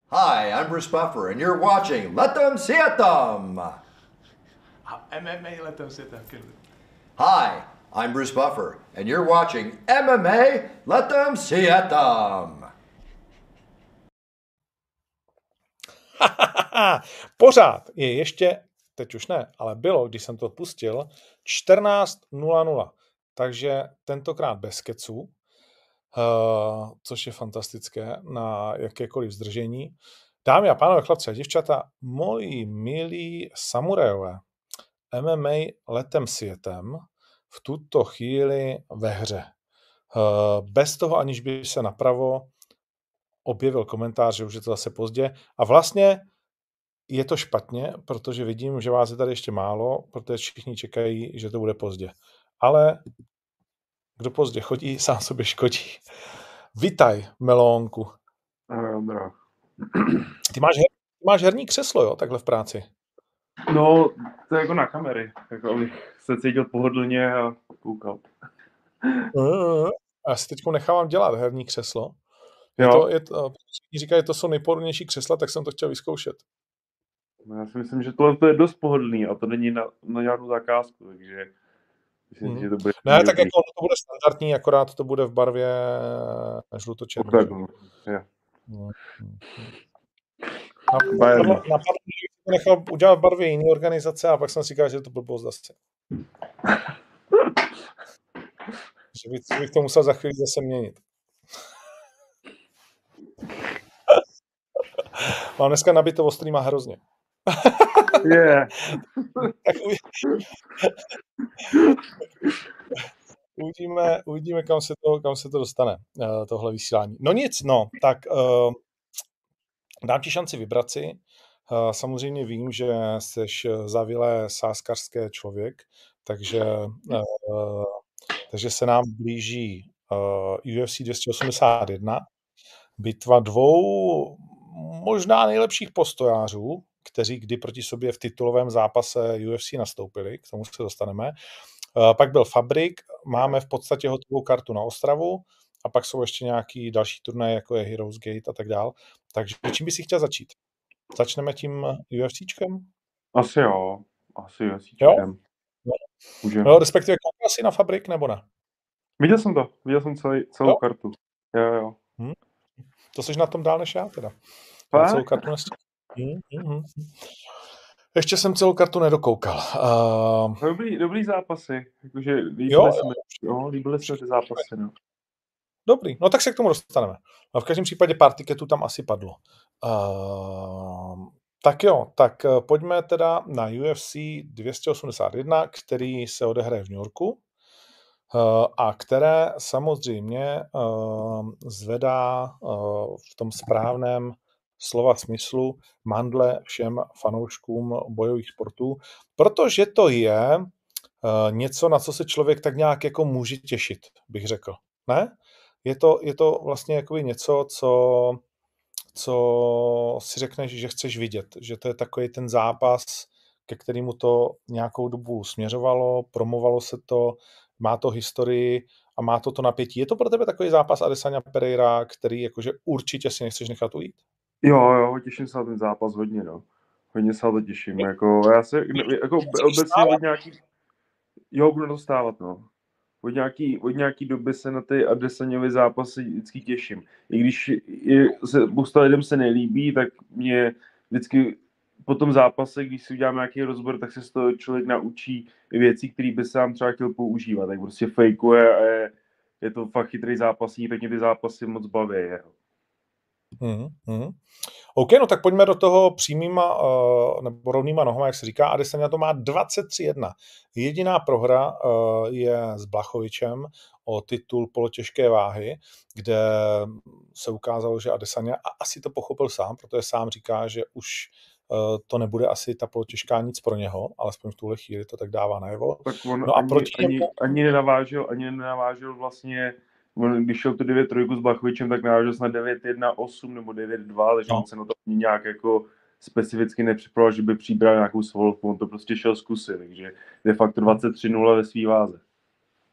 Hi, I'm Bruce Buffer, and you're watching Let Them See It Them! MMA letem světem, kyllä. Hi, I'm Bruce Buffer, and you're watching MMA Let Them See It Them! Pořád je ještě, teď už ne, ale bylo, když jsem to pustil, 14:00, takže tentokrát bez keců, což je fantastické na jakékoliv zdržení. Dámy a pánové, chlapci a děvčata, moji milí samurajové, MMA letem světem v tuto chvíli ve hře. Bez toho, aniž by se napravo objevil komentář, že už je to zase pozdě. A vlastně je to špatně, protože vidím, že vás je tady ještě málo, protože všichni čekají, že to bude pozdě. Ale kdo pozdě chodí, sám sobě škodí. Vitaj, Melónku. Dobrá. Ty máš herní křeslo, jo, takhle v práci? No, to je jako na kamery, jako abych se cítil pohodlně a koukal. Já si teď nechávám dělat herní křeslo. Jo. Říkají, že to jsou nejpohodlnější křesla, tak jsem to chtěl vyzkoušet. No, já si myslím, že tohle je dost pohodlný a to není na žádnou zakázku, takže myslím si, že to bude... Ne, tak jako to bude standardní, akorát to bude v barvě žluto-černý. Tak, no, je. Napadlo, že to nechal udělat v barvě jiné organizace a pak jsem si říkal, že je to blbost zase. Že bych to musel za chvíli zase měnit. Mám dneska nabito ostrýma hrozně. Yeah. Uvidíme, kam se to dostane, tohle vysílání. No nic, tak dám ti šanci vybrat si. Samozřejmě vím, že seš zavilé sázkařské člověk, takže se nám blíží UFC 281, bitva dvou možná nejlepších postojářů, kteří kdy proti sobě v titulovém zápase UFC nastoupili, k tomu se dostaneme. Pak byl Fabrik, máme v podstatě hotovou kartu na Ostravu a pak jsou ještě nějaký další turnaje, jako je Heroes Gate a tak dál. Takže čím bys si chtěl začít? Začneme tím UFCčkem? Asi UFCčkem. No, respektive koukal jsi na Fabrik, nebo ne? Viděl jsem celou kartu. Jo. To jsi na tom dál než já teda. Celou kartu Ještě jsem celou kartu nedokoukal. Dobrý zápasy. Jakože líbily se ty zápasy. No. Dobrý, no tak se k tomu dostaneme. V každém případě pár tiketů tam asi padlo. Tak pojďme teda na UFC 281, který se odehraje v New Yorku a které samozřejmě zvedá v tom správném slova smyslu mandle všem fanouškům bojových sportů, protože to je něco, na co se člověk tak nějak jako může těšit, bych řekl. Ne? Je to vlastně jakoby něco, co si řekneš, že chceš vidět, že to je takový ten zápas, ke kterému to nějakou dobu směřovalo, promovalo se to, má to historii a má to napětí. Je to pro tebe takový zápas Adesanya Pereira, který jakože určitě si nechceš nechat ujít? Jo, těším se na ten zápas hodně, no. Hodně se na to těším, jako já se, jako obecně od nějaký... Jo, budu dostávat, no. Od nějaký doby se na ty Adesanyovy zápasy vždycky těším. I když spousta lidem se nelíbí, tak mě vždycky po tom zápase, když si udělám nějaký rozbor, tak se z toho člověk naučí věcí, které by sám třeba chtěl používat. Tak prostě fejkuje a je to fakt chytrý zápasník, tak mě ty zápasy moc baví. OK, no tak pojďme do toho přímýma nebo rovnýma nohama, jak se říká. Adesanya to má 23-1. Jediná prohra je s Blachowicem o titul polotěžké váhy, kde se ukázalo, že Adesanya, a asi to pochopil sám, protože sám říká, že už to nebude asi ta polotěžká nic pro něho, alespoň v tuhle chvíli to tak dává najevo. Tak on no ani nenavážil vlastně. Když šel tu 9-3 s Blachowicem, tak navážel na 9-1-8 nebo 9-2, takže on se na to nějak jako specificky nepřipravil, že by přibral nějakou svalovku, on to prostě šel zkusit, takže de facto 23-0 ve své váze.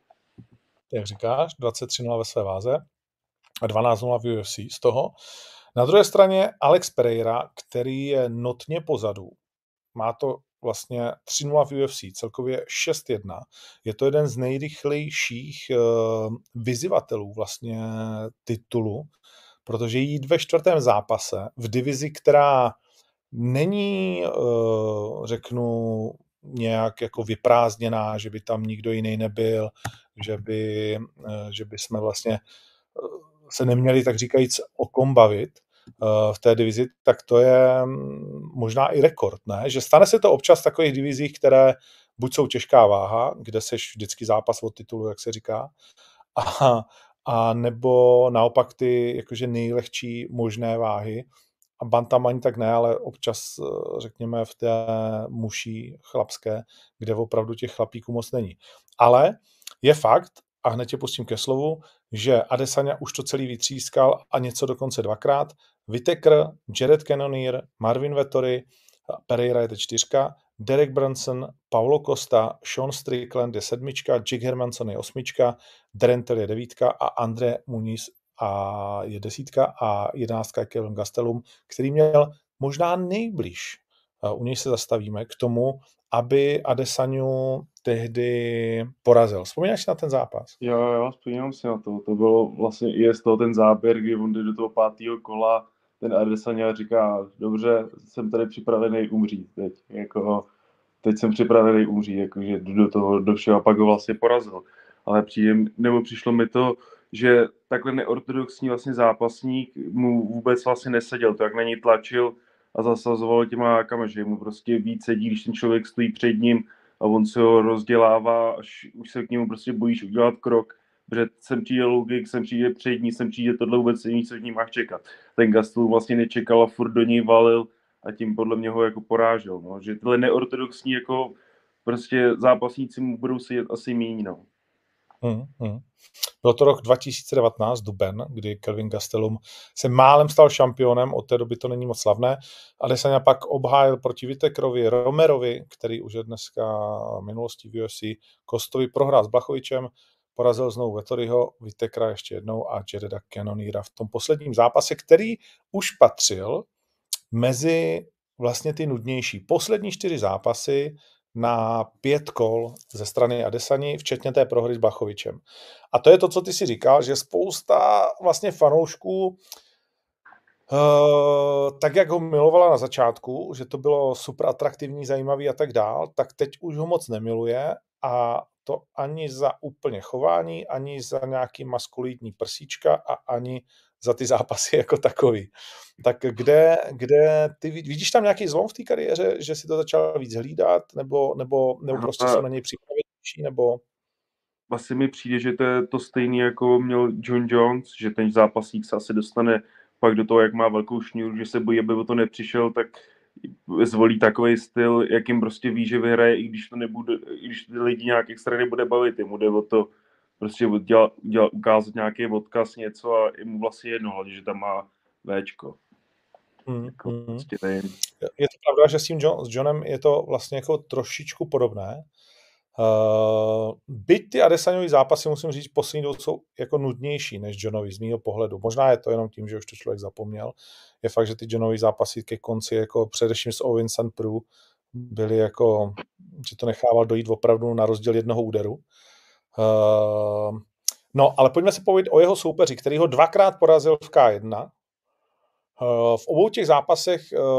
Jak říkáš, 23-0 ve své váze a 12-0 v UFC z toho. Na druhé straně Alex Pereira, který je notně pozadu, má to vlastně 3-0 v UFC, celkově 6-1. Je to jeden z nejrychlejších vyzývatelů vlastně titulu, protože jít ve 4. zápase v divizi, která není, řeknu, nějak jako vyprázdněná, že by tam nikdo jiný nebyl, že by jsme vlastně se neměli, tak říkajíc, o kom bavit v té divizi, tak to je možná i rekord, ne? Že stane se to občas v takových divizích, které buď jsou těžká váha, kde seš vždycky zápas o titulu, jak se říká, a nebo naopak ty jakože nejlehčí možné váhy. A bantam ani tak ne, ale občas, řekněme, v té muší chlapské, kde opravdu těch chlapíků moc není. Ale je fakt, a hned tě pustím ke slovu, že Adesanya už to celý vytřískal a něco dokonce 2krát. Whittaker, Jared Cannonier, Marvin Vettori, Pereira je teď 4, Derek Brunson, Paulo Costa, Sean Strickland je 7, Jack Hermanson je 8, Drentel je 9 a Andre Muniz a je 10 a 11 je Kelvin Gastelum, který měl možná nejblíž. U něj se zastavíme k tomu, aby Adesanyu tehdy porazil. Vzpomínáš si na ten zápas? Jo, vzpomínám si na to. To bylo vlastně i z toho ten záběr, kdy on jde do toho 5. kola, ten Adesanya říká, dobře, jsem tady připravený umřít teď. Jako, teď jsem připravený umřít, jakože jdu do toho, do všeho a pak ho vlastně porazil. Ale přišlo mi to, že takhle neortodoxní vlastně zápasník mu vůbec vlastně neseděl, to jak na něj tlačil a zasazoval těma hákama, že mu prostě víc sedí, když ten člověk stojí před ním a on se ho rozdělává, až už se k němu prostě bojíš udělat krok, protože sem přijde Lugik, sem přijde přední, sem přijde tohle, vůbec není, co k ním máš čekat. Ten Gastelum vlastně nečekal a furt do něj valil a tím podle mě ho jako porážel, no. Že tyhle neortodoxní jako prostě zápasníci mu budou sedět asi míň, no. Byl to rok 2019, duben, kdy Kelvin Gastelum se málem stal šampionem, od té doby to není moc slavné. Adesanya pak obhájil proti Whittakerovi, Romerovi, který už je dneska minulostí v UFC, Kostovi prohrál s Blachowicem, porazil znovu Vettoriho, Whittakera ještě jednou a Jareda Cannoniera v tom posledním zápase, který už patřil mezi vlastně ty nudnější. Poslední 4 zápasy na 5 kol ze strany Adesany, včetně té prohry s Blachowicem. A to je to, co ty si říkal, že spousta vlastně fanoušků tak, jak ho milovala na začátku, že to bylo super atraktivní, zajímavý a tak dál, tak teď už ho moc nemiluje a to ani za úplně chování, ani za nějaký maskulitní prsíčka a ani za ty zápasy jako takový. Tak kde ty vidíš tam nějaký zlom v té kariéře, že si to začal víc hlídat, nebo prostě jsou na něj připravenější, nebo... Asi mi přijde, že to je to stejný, jako měl John Jones, že ten zápasník se asi dostane pak do toho, jak má velkou šňůru, že se bojí, aby o to nepřišel, tak zvolí takový styl, jakým prostě ví, že vyhraje, i když to nebude, i když ty lidi nějak extra nebude bavit, jemu jde o to prostě ukázat nějaký odkaz, něco a je mu vlastně jedno, hlavně, že tam má Véčko. Prostě je to pravda, že s tím s Johnem je to vlastně jako trošičku podobné. Byť ty Adesanyovi zápasy, musím říct, poslední dobou jsou jako nudnější než Johnovi z mýho pohledu. Možná je to jenom tím, že už to člověk zapomněl. Je fakt, že ty Johnovi zápasy ke konci, jako především s Owen St. Preux, byly jako, že to nechával dojít opravdu na rozdíl jednoho úderu. No, ale pojďme se povědět o jeho soupeři, který ho 2krát porazil v K1. V obou těch zápasech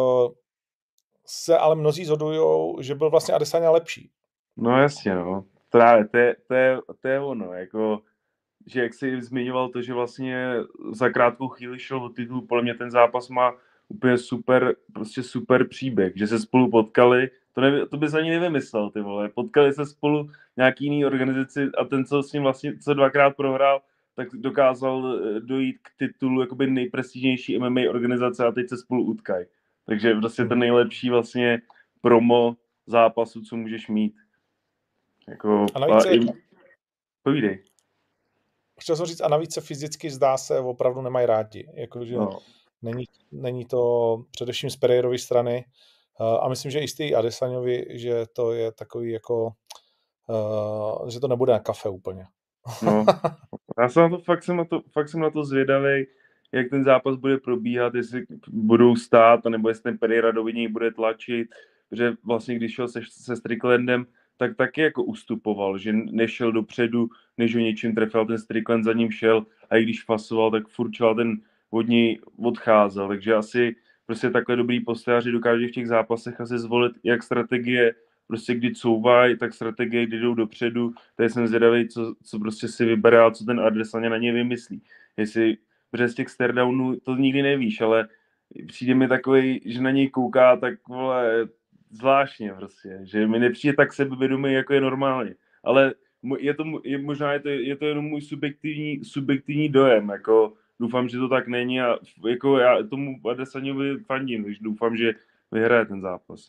se ale mnozí shodují, že byl vlastně Adesanya lepší. No jasně, no. Právě, to je ono, jako, že jak jsi zmiňoval to, že vlastně za krátkou chvíli šel o titul, podle mě ten zápas má úplně super příběh, že se spolu potkali, to bys ani nevymyslel, ty vole, potkali se spolu nějaký jiný organizaci a ten, co s ním vlastně, co 2krát prohrál, tak dokázal dojít k titulu jakoby nejprestižnější MMA organizace a teď se spolu utkají. Takže vlastně to nejlepší vlastně promo zápasu, co můžeš mít. Jako, a navíc povídej. Chtěl jsem říct, a navíc se fyzicky zdá se, opravdu nemají rádi. Jakože není to především z Pereirovy strany a myslím, že i z té Adesanyovi, že to je takový jako, že to nebude na kafe úplně. No, já jsem na to, fakt jsem na to zvědavý, jak ten zápas bude probíhat, jestli budou stát, nebo jestli ten Pereira do něj bude tlačit, protože vlastně když šel se Stricklandem, tak taky jako ustupoval, že nešel dopředu, než ho něčím trefil, ten Strickland za ním šel a i když fasoval, tak furt ten od něj odcházel, takže asi prostě takhle dobrý postojáři dokáže v těch zápasech asi zvolit jak strategie, prostě kdy couvají, tak strategie, kdy jdou dopředu, tady jsem zvědavý, co prostě si vybere a co ten Adesanya na něj vymyslí. Jestli, protože z těch staredownů to nikdy nevíš, ale přijde mi takový, že na něj kouká tak vole, zvláštně prostě, že mi nepřijde tak sebevědomý, jako je normálně. Ale možná je to jenom můj subjektivní dojem, jako doufám, že to tak není a jako já tomu Adesanyovi fandím, takže doufám, že vyhraje ten zápas.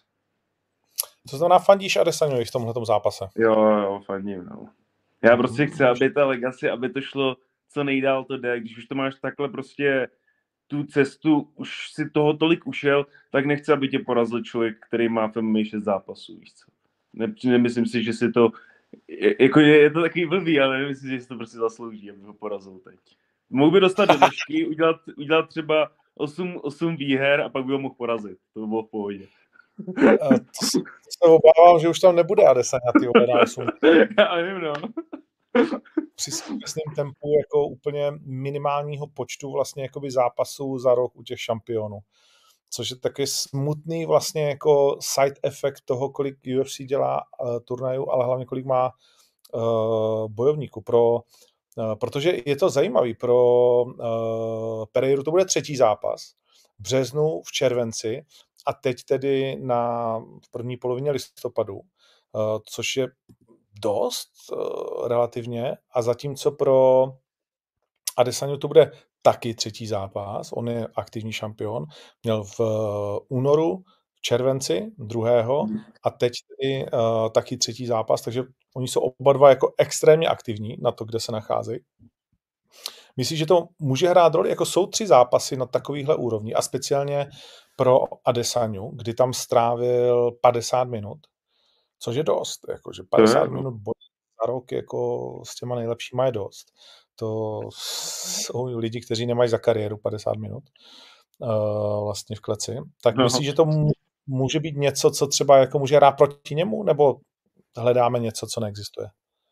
Co znamená fandíš Adesanyovi v tomhletom zápase? Jo, fandím, no. Já prostě chci, aby ta legacy, aby to šlo co nejdál to jde, když už to máš takhle prostě tu cestu, už si toho tolik ušel, tak nechci, aby tě porazil člověk, který má v MMA 6 zápasů, víš co. Nemyslím si, že si to, jako je to takový blbý, ale nemyslím, že si to prostě zaslouží, aby ho porazil teď. Mohl by dostat do dešky, udělat třeba 8 výher a pak by ho mohl porazit. To by bylo v pohodě. To se obávám, že už tam nebude Adesanya, ty na 8. Já nevím, no. Při současném tempu jako úplně minimálního počtu vlastně jakoby zápasů za rok u těch šampionů. Což je taky smutný vlastně jako side effect toho, kolik UFC dělá turnajů, ale hlavně kolik má bojovníků. Protože je to zajímavý, pro Pereiru to bude 3. zápas v březnu, v červenci a teď tedy v první polovině listopadu, což je dost relativně, a zatímco pro Adesanyu to bude taky 3. zápas, on je aktivní šampion, měl v únoru, v červenci 2. a teď tedy taky 3. zápas, takže oni jsou oba dva jako extrémně aktivní na to, kde se nacházejí. Myslíš, že to může hrát roli? Jako jsou 3 zápasy na takovýchhle úrovni a speciálně pro Adesanyu, kdy tam strávil 50 minut, což je dost, jakože 50 minut boj za rok jako s těma nejlepšíma je dost. To jsou lidi, kteří nemají za kariéru 50 minut vlastně v kleci. Tak myslíš, že to může být něco, co třeba jako může hrát proti němu, nebo hledáme něco, co neexistuje?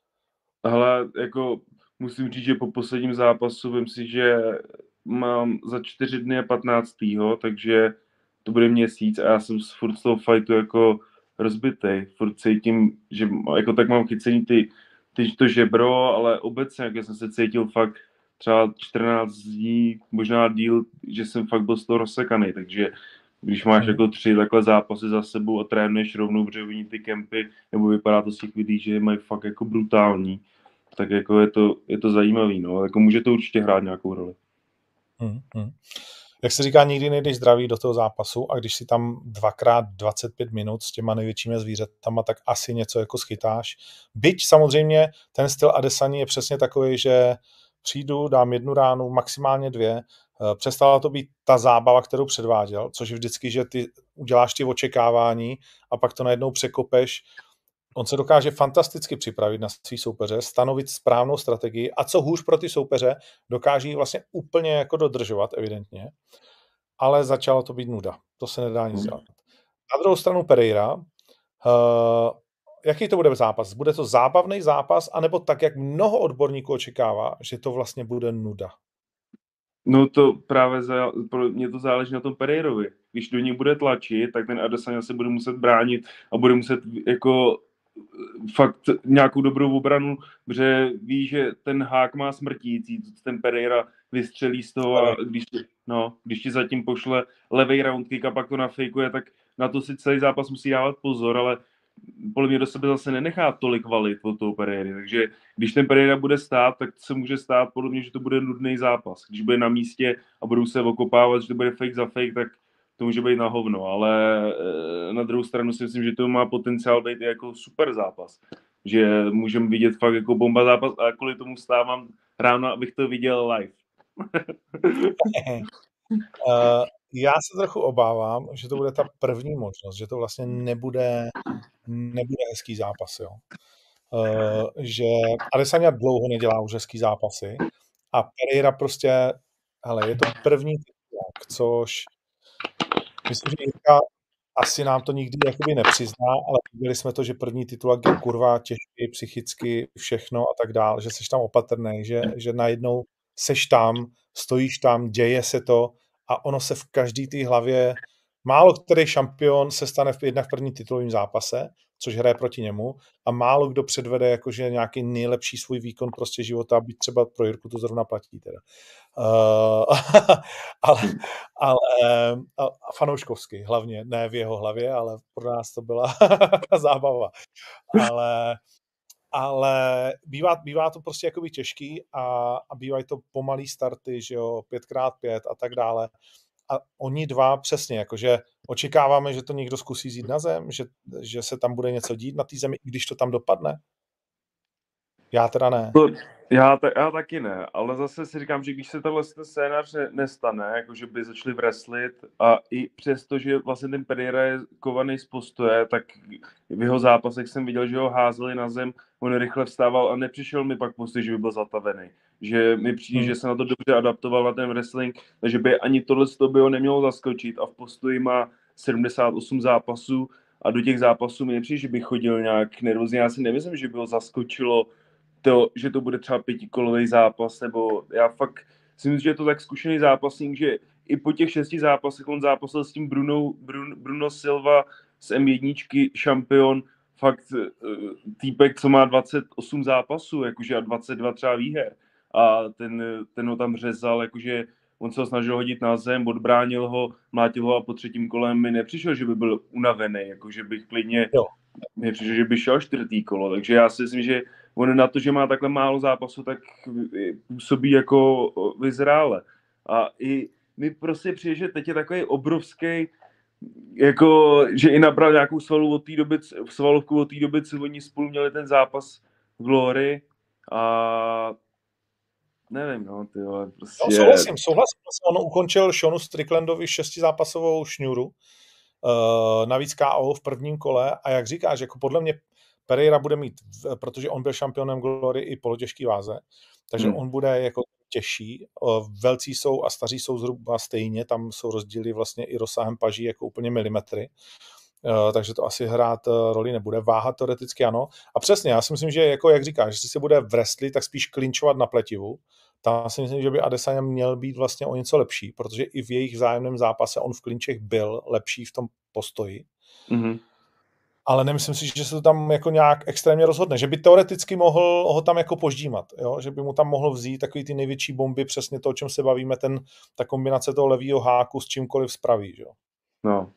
Ale jako musím říct, že po posledním zápasu vím si, že mám za 4 dny 15. takže to bude měsíc a já jsem furt z toho fightu jako rozbitej. Furt cítím, že jako tak mám chycený to žebro, ale obecně, jak jsem se cítil fakt třeba 14 dní, možná díl, že jsem fakt byl z toho rozsekaný, takže když máš jako 3 takhle zápasy za sebou a trénuješ rovnou, protože oni ty kempy, nebo vypadá to z těch videí, že mají fakt jako brutální, tak jako je to zajímavý, no, jako může to určitě hrát nějakou roli. Jak se říká, nikdy nejdeš zdravý do toho zápasu a když si tam 2x25 minut s těma největšími zvířatama, tak asi něco jako schytáš. Byť samozřejmě ten styl Adesanya je přesně takový, že přijdu, dám 1 ránu, maximálně 2, přestala to být ta zábava, kterou předváděl, což je vždycky, že ty uděláš ty očekávání a pak to najednou překopeš. On se dokáže fantasticky připravit na svý soupeře, stanovit správnou strategii a co hůř pro ty soupeře, dokáže ji vlastně úplně jako dodržovat, evidentně. Ale začalo to být nuda. To se nedá nic dělat. Na druhou stranu Pereira, jaký to bude zápas? Bude to zábavný zápas, anebo tak, jak mnoho odborníků očekává, že to vlastně bude nuda? No to právě pro mě to záleží na tom Pereirovi. Když do něj bude tlačit, tak ten Adesanya se bude muset bránit a bude muset jako fakt nějakou dobrou obranu, protože ví, že ten hák má smrtící, ten Pereira vystřelí z toho a když ti zatím pošle levej round kick a pak to nafejkuje, tak na to si celý zápas musí dávat pozor, ale podle mě do sebe zase nenechá tolik valit od toho Pereiry, takže když ten Pereira bude stát, tak se může stát podle mě, že to bude nudný zápas. Když bude na místě a budou se okopávat, že to bude fake za fake, tak to může být na hovno, ale na druhou stranu si myslím, že to má potenciál být jako super zápas. Že můžeme vidět fakt jako bomba zápas a kvůli tomu stávám ráno, abych to viděl live. Já se trochu obávám, že to bude ta první možnost, že to vlastně nebude hezký zápas. Jo. Že Adesanya dlouho nedělá už hezký zápasy a Pereira prostě hele, je to první titulák, což myslím, že Jirka asi nám to nikdy jakoby nepřizná, ale viděli jsme to, že první titulák je kurva těžký, psychicky, všechno a tak dál, že seš tam opatrný, že najednou seš tam, stojíš tam, děje se to a ono se v každý té hlavě, málo který šampion se stane jednak v prvním titulovém zápase, což hraje proti němu, a málo kdo předvede jakože nějaký nejlepší svůj výkon prostě života, byť třeba pro Jirku to zrovna platí teda. Ale fanouškovsky hlavně, ne v jeho hlavě, ale pro nás to byla zábava. Ale bývá to prostě jakoby těžký a bývají to pomalý starty, že jo, 5x5 a tak dále. A oni dva přesně, jakože očekáváme, že to někdo zkusí zjít na zem, že se tam bude něco dít na té zemi, i když to tam dopadne. Já teda ne. Já taky ne, ale zase si říkám, že když se tenhle scénář nestane, jakože by začali wrestlit a i přesto, že vlastně ten Pereira je kovaný z postoje, tak v jeho zápasech jsem viděl, že ho házeli na zem, on rychle vstával a nepřišel mi pak postoj, že by byl zatavený. Že mi přijde, že se na to dobře adaptoval na ten wrestling, takže by ani tohle by ho nemělo zaskočit a v postoji má 78 zápasů a do těch zápasů mi nepřijde, že by chodil nějak nervózně. Já si nemyslím, že by ho zaskočilo to, že to bude třeba 5kolový zápas, nebo já fakt si myslím, že je to tak zkušený zápasník, že i po těch 6 zápasech on zápasil s tím Bruno Silva z M1 šampion, fakt týpek, co má 28 zápasů, jakože a 22 třeba výher. A ten ho tam řezal, jakože on se ho snažil hodit na zem, odbránil ho, mlátil ho a po 3. kolem mi nepřišel, že by byl unavený, jakože bych klidně mi přišel, že by šel 4. kolo, takže já si myslím, že on na to, že má takhle málo zápasů, tak působí jako vyzrále. A i mi prostě přijde, že teď je takový obrovský, jako, že i nabral nějakou svalovku od té doby, co oni spolu měli ten zápas v Glory a nevím, no, ty vole, prostě... No, souhlasím. On ukončil Seanu Stricklandovi 6zápasovou šňůru, navíc KO v prvním kole a jak říkáš, jako podle mě Pereira bude mít, protože on byl šampionem Glory i polotěžký váze, takže on bude jako těžší. Velcí jsou a staří jsou zhruba stejně, tam jsou rozdíly vlastně i rozsahem paží jako úplně milimetry, takže to asi hrát roli nebude. Váha teoreticky ano. A přesně, já si myslím, že jako jak říkáš, že se bude wrestlit, tak spíš klinčovat na pletivu. Tam si myslím, že by Adesanya měl být vlastně o něco lepší, protože i v jejich vzájemném zápase on v klinčech byl lepší v tom postoji. Mm-hmm. Ale nemyslím si, že se to tam jako nějak extrémně rozhodne, že by teoreticky mohl ho tam jako poždímat, jo? Že by mu tam mohl vzít takový ty největší bomby, přesně to, o čem se bavíme, ta kombinace toho levýho háku s čímkoliv spraví, jo? No,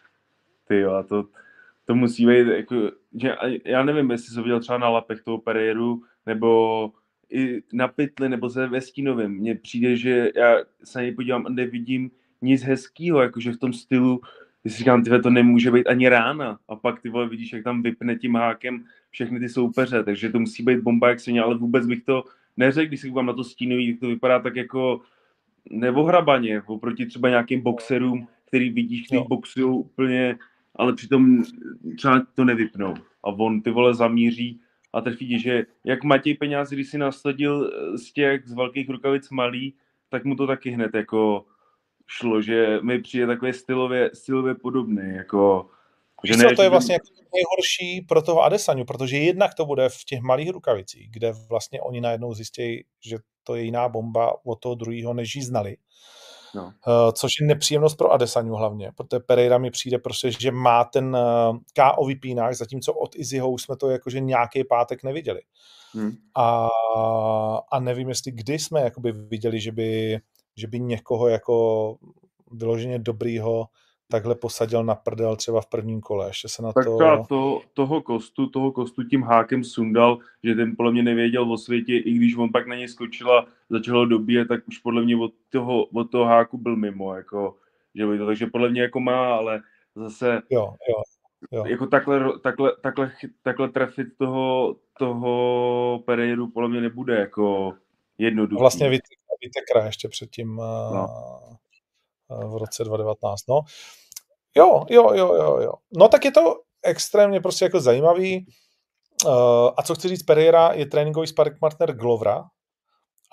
ty jo, to musí být, jako, že já nevím, jestli jsi viděl třeba na lapech toho Pereiru, nebo i na pytli, nebo se ve Stínovém. Mně přijde, že já se na něj podívám a nevidím nic hezkýho, jakože v tom stylu, když si říkám, tyhle, to nemůže být ani rána. A pak ty vole vidíš, jak tam vypne tím hákem všechny ty soupeře, takže to musí být bomba jak svině, ale vůbec bych to neřekl, když si koukám na to Stínový, to vypadá tak jako nevohrabaně, oproti třeba nějakým boxerům, který vidíš, který boxují úplně, ale přitom třeba to nevypnou. A on ty vole zamíří a trefí, že jak Matěj Peňáz, když si nasadil z velkých rukavic malý, tak mu to taky hned jako šlo, že mi přijde takové stylově podobný, jako... Že ne, to je vlastně jako nejhorší pro toho Adesanyu, protože jednak to bude v těch malých rukavicích, kde vlastně oni najednou zjistí, že to je jiná bomba od toho druhého, než ji znali. No. Což je nepříjemnost pro Adesanyu hlavně, protože Pereira mi přijde prostě, že má ten KO vypínáč, zatímco od Izzyho už jsme to jakože nějaký pátek neviděli. A nevím, jestli kdy jsme jakoby viděli, že by někoho jako vyloženě dobrýho takhle posadil na prdel třeba v prvním kole. Ještě se na tak toho kostu tím hákem sundal, že ten podle mě nevěděl o světě, i když on pak na něj skočil a začal ho dobíjet, tak už podle mě od toho háku byl mimo, jako, že by to, takže podle mě jako má, ale zase jo. Jako takhle trefit toho Pereiru podle mě nebude jako jednoduchý. Vlastně Vitekra ještě předtím v roce 2019, no. Jo. No tak je to extrémně prostě jako zajímavý. A co chci říct, Pereira je tréninkový sparring partner Glovera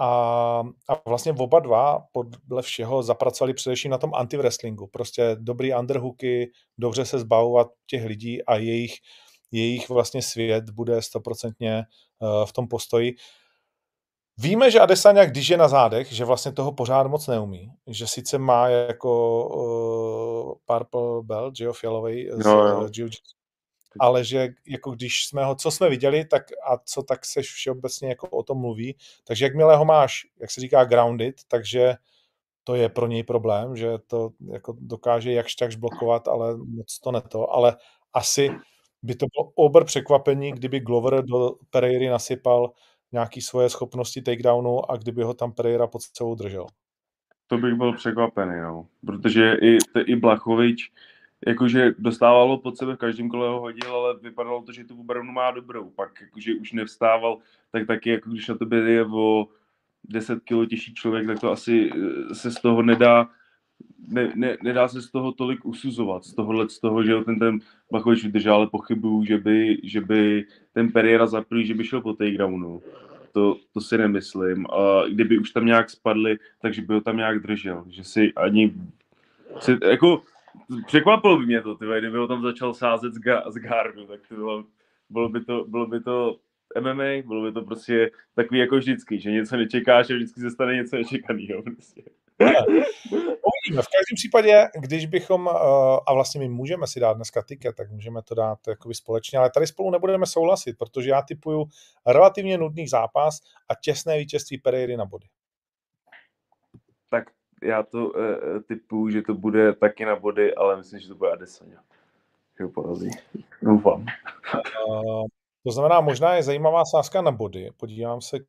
a vlastně oba dva podle všeho zapracovali především na tom anti-wrestlingu. Prostě dobrý underhooky, dobře se zbavovat těch lidí a jejich vlastně svět bude 100% v tom postoji. Víme, že Adesanya, když je na zádech, že vlastně toho pořád moc neumí. Že sice má jako purple belt, že jo, fialovej z jiu-jitsu, ale že jako když jsme ho, co jsme viděli, tak a co tak se všeobecně jako o tom mluví, takže jakmile ho máš, jak se říká, grounded, takže to je pro něj problém, že to jako dokáže jakž takž blokovat, ale moc to neto, ale asi by to bylo obr překvapení, kdyby Glover do Pereiry nasypal nějaký svoje schopnosti takedownu a kdyby ho tam Pereira pod sebou držel. To bych byl překvapený, no. Protože i Blachowicz jakože dostávalo pod sebe v každém kole ho hodil, ale vypadalo to, že tu obranu má dobrou. Pak jakože už nevstával, tak taky jako když na tebe je o 10 kilo těžší člověk, tak to asi se z toho nedá se z toho tolik usuzovat. Z toho, že ten Blachowicz vydržel, ale pochybuju, že by ten Pereira zaprý, že by šel po takedownu. To si nemyslím. A kdyby už tam nějak spadli, takže by ho tam nějak držel. Že si ani... jako, překvapilo by mě to, kdyby ho tam začal sázet z gardu, tak bylo by to MMA, bylo by to prostě takový jako vždycky, že něco nečekáš a vždycky se stane něco nečekaného. Prostě. Uvidíme. V každém případě, když bychom, a vlastně my můžeme si dát dneska tiket, tak můžeme to dát jakoby společně, ale tady spolu nebudeme souhlasit, protože já tipuju relativně nudný zápas a těsné vítězství Pereiry na body. Tak já to tipuju, že to bude taky na body, ale myslím, že to bude Adesanya. Že ho porazí. Doufám. To znamená, možná je zajímavá sázka na body. Podívám se,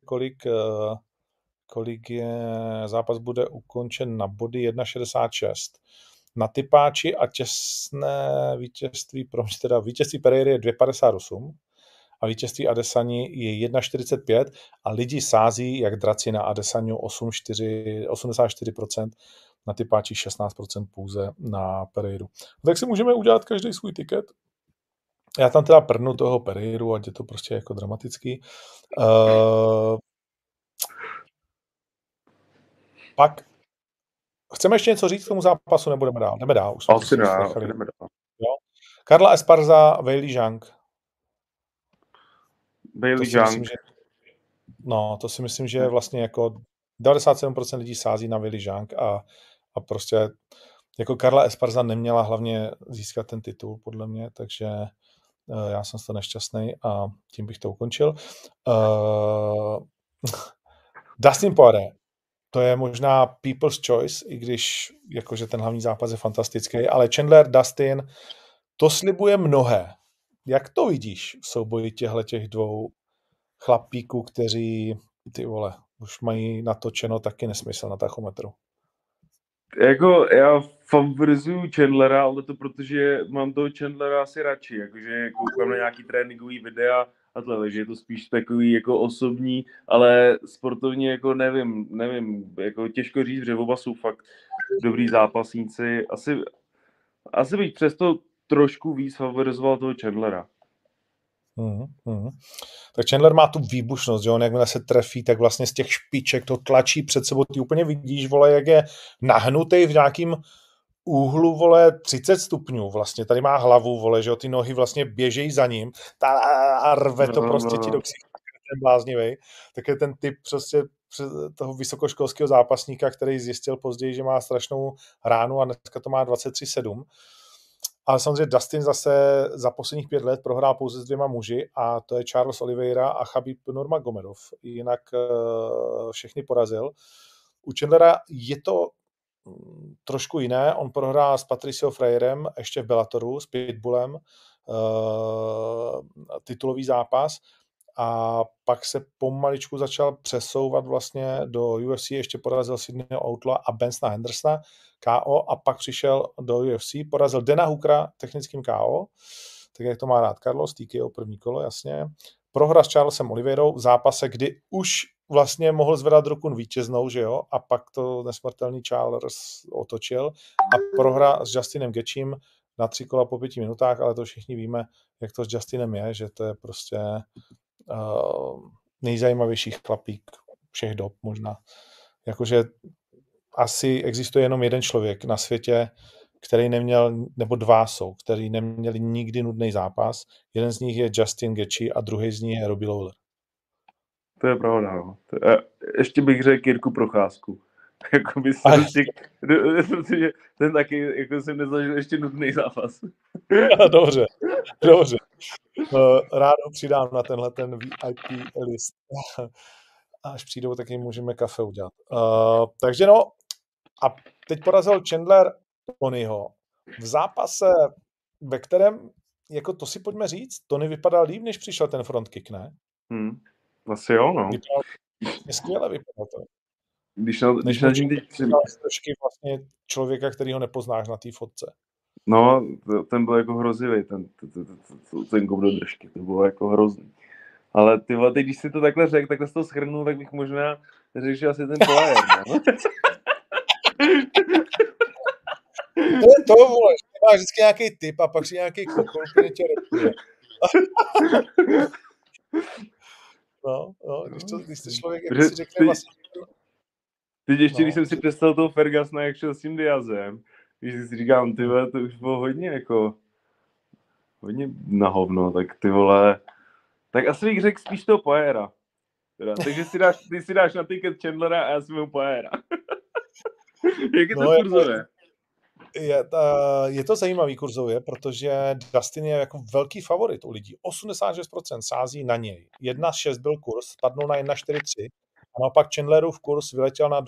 kolik je, zápas bude ukončen na body 1,66. Na tipáči a těsné vítězství, vítězství Pereiry je 2,58 a vítězství Adesani je 1,45 a lidi sází jak draci na Adesanyu 84%, na tipáči 16% pouze na Pereiru. Tak si můžeme udělat každý svůj tiket. Já tam teda prdnu toho Pereiru, ať je to prostě jako dramatický. Pak chceme ještě něco říct k tomu zápasu, nebudeme dál? Jdeme dál. Už jsme asi dál. Karla Esparza, Weili Zhang. Weili Zhang. To si myslím, že vlastně jako 97% lidí sází na Weili Zhang a prostě jako Karla Esparza neměla hlavně získat ten titul, podle mě, takže já jsem z toho nešťastný a tím bych to ukončil. Dustin Poirier. To je možná people's choice, i když jakože ten hlavní zápas je fantastický, ale Chandler, Dustin, to slibuje mnohé. Jak to vidíš v souboji těch dvou chlapíků, kteří, ty vole, už mají natočeno taky nesmysl na tachometru? Jako já favorizuju Chandlera, ale to protože mám toho Chandlera asi radši, jakože koukám na nějaký tréninkový videa a tohle, že je to spíš takový jako osobní, ale sportovně jako nevím, jako těžko říct, že oba jsou fakt dobrý zápasníci. Asi bych přesto trošku víc favorizoval toho Chandlera. Tak Chandler má tu výbušnost, že on jakmile se trefí, tak vlastně z těch špiček to tlačí před sebou, ty úplně vidíš, vole, jak je nahnutý v nějakým úhlu, vole, 30 stupňů, vlastně tady má hlavu, vole, že jo, ty nohy vlastně běžejí za ním a rve to prostě ti do ksichtu, ten bláznivej, tak je ten typ prostě toho vysokoškolského zápasníka, který zjistil později, že má strašnou ránu a dneska to má 23,7. Ale samozřejmě Dustin zase za posledních 5 let prohrál pouze s 2 muži a to je Charles Oliveira a Khabib Nurmagomedov. Jinak všechny porazil. U Chandlera je to trošku jiné. On prohrál s Patricio Freirem ještě v Bellatoru, s Pitbullem, titulový zápas a pak se pomaličku začal přesouvat vlastně do UFC, ještě porazil Sydneyho Outlaw a Bensona Hendersona KO a pak přišel do UFC, porazil Dana Hookera technickým KO, tak jak to má rád Carlos, TKO první kolo, jasně. Prohra s Charlesem Oliveirou v zápase, kdy už vlastně mohl zvedat ruku vítěznou, že jo, a pak to nesmrtelný Charles otočil a prohra s Justinem Gaethjem na 3 kola po 5 minutách, ale to všichni víme, jak to s Justinem je, že to je prostě nejzajímavější chlapík všech dob možná. Jakože asi existuje jenom jeden člověk na světě, který neměl, nebo dva jsou, který neměli nikdy nudný zápas. Jeden z nich je Justin Gaethje a druhý z nich je Robbie Lawler. To je pravda, no. Ještě bych řekl Jirku Procházku. Jako by se protože ten taky jako jsem nezažil ještě nudný zápas. Dobře. Rád ho přidám na tenhle ten VIP list. Až přijdou, tak jim můžeme kafe udělat. Takže no, a teď porazil Chandler Tonyho v zápase, ve kterém, jako to si pojďme říct, Tony vypadal líp, než přišel ten front kick, ne? Asi jo, no. Skvěle vypadal to. Když na tím teď trošky vlastně člověka, který ho nepoznáš na té fotce. No, ten byl jako hrozivý, ten kop do držky, to bylo jako hrozný. Ale ty vole, když si to takhle řekl, takhle jsi to shrnul, tak bych možná řekl, že asi ten Poirier, no. To je to, vole, že máš vždycky nějaký tip a pak si nějaký kokol, který tě rozumí. No, když to člověk jako si řekne vlastně... Teď ještě, když jsem si představil toho Fergusona, jak šel s tím Diazem, když si říkám, ty vole, to už bylo hodně na hovno, tak ty vole, tak asi bych řekl spíš toho Poiriera. Takže ty si dáš na ticket Chandlera a já si mám Poiriera. Jak je to kurzové? Je to zajímavý kurzově, protože Dustin je jako velký favorit u lidí. 86% sází na něj. 1,6 byl kurz, spadnul na 1,43 a naopak Chandlerův kurz vyletěl na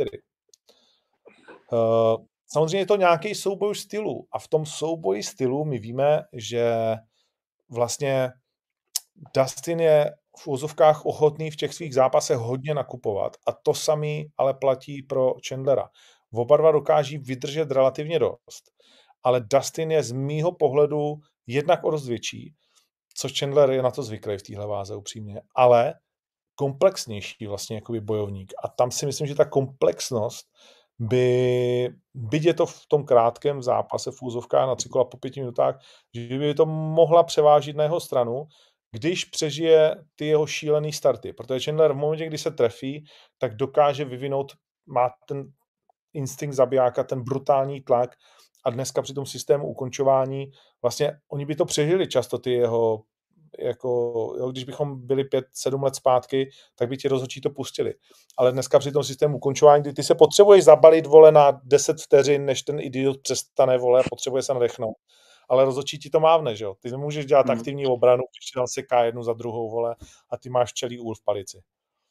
2,64. Samozřejmě je to nějaký souboj stylu a v tom souboji stylu my víme, že vlastně Dustin je v úzovkách ochotný v těch svých zápasech hodně nakupovat a to samý ale platí pro Chandlera. Oba dva dokáží vydržet relativně dost, ale Dustin je z mýho pohledu jednak o dost větší, co Chandler je na to zvyklý v téhle váze upřímně, ale komplexnější vlastně jakoby bojovník. A tam si myslím, že ta komplexnost byť je to v tom krátkém zápase v úzovkách na 3 kola po 5 minutách, že by to mohla převážit na jeho stranu, když přežije ty jeho šílený starty. Protože Chandler v momentě, kdy se trefí, tak dokáže vyvinout, má ten instinkt zabijáka, ten brutální tlak a dneska při tom systému ukončování vlastně oni by to přežili často ty jeho když bychom byli 5-7 let zpátky, tak by ti rozhodčí to pustili. Ale dneska při tom systému ukončování, kdy ty se potřebuješ zabalit, vole, na 10 vteřin, než ten idiot přestane, vole, potřebuje se nadechnout. Ale rozhodčí ti to mávne, že jo? Ty nemůžeš dělat aktivní obranu, když ti tam seká jednu za druhou, vole, a ty máš včelí úl v palici.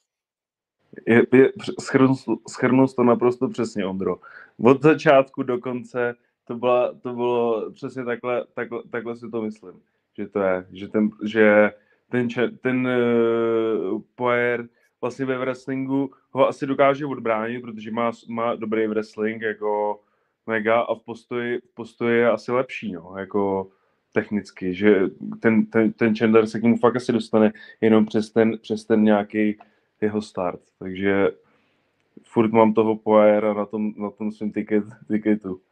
Shrnul to naprosto přesně, Ondro. Od začátku do konce to bylo přesně takhle si to myslím. Že to je, že ten Poirier vlastně ve wrestlingu ho asi dokáže odbránit, protože má dobrý wrestling jako mega a v postoji je asi lepší, no, jako technicky, že ten Chandler se k němu fakt asi dostane jenom přes ten nějaký jeho start, takže furt mám toho Poiriera na tom svým tiketu.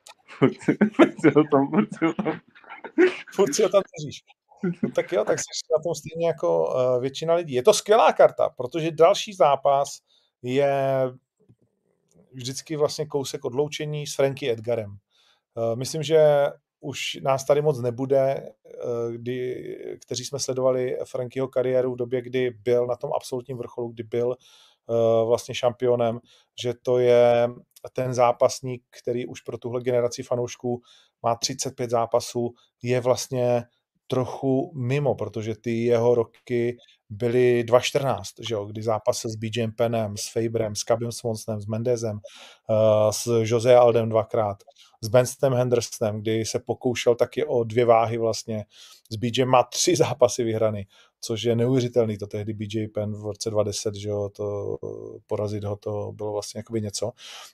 Furt si ho tam držíš. No tak jo, tak jsi na tom stejně jako většina lidí. Je to skvělá karta, protože další zápas je vždycky vlastně kousek odloučení s Frankie Edgarem. Myslím, že už nás tady moc nebude, kteří jsme sledovali Frankieho kariéru v době, kdy byl na tom absolutním vrcholu, kdy byl vlastně šampionem, že to je ten zápasník, který už pro tuhle generaci fanoušků má 35 zápasů, je vlastně trochu mimo, protože ty jeho roky byly 2014, že jo, kdy zápasil s BJem Pennem, s Faberem, s Cabem Swansonem, s Mendezem, s Jose Aldem 2krát, s Benstonem Hendersonem, kdy se pokoušel taky o 2 váhy vlastně. S BJem má 3 zápasy vyhrany, což je neuvěřitelný, to tehdy BJ Penn v roce 2010, že jo, to porazit ho, to bylo vlastně jakoby něco.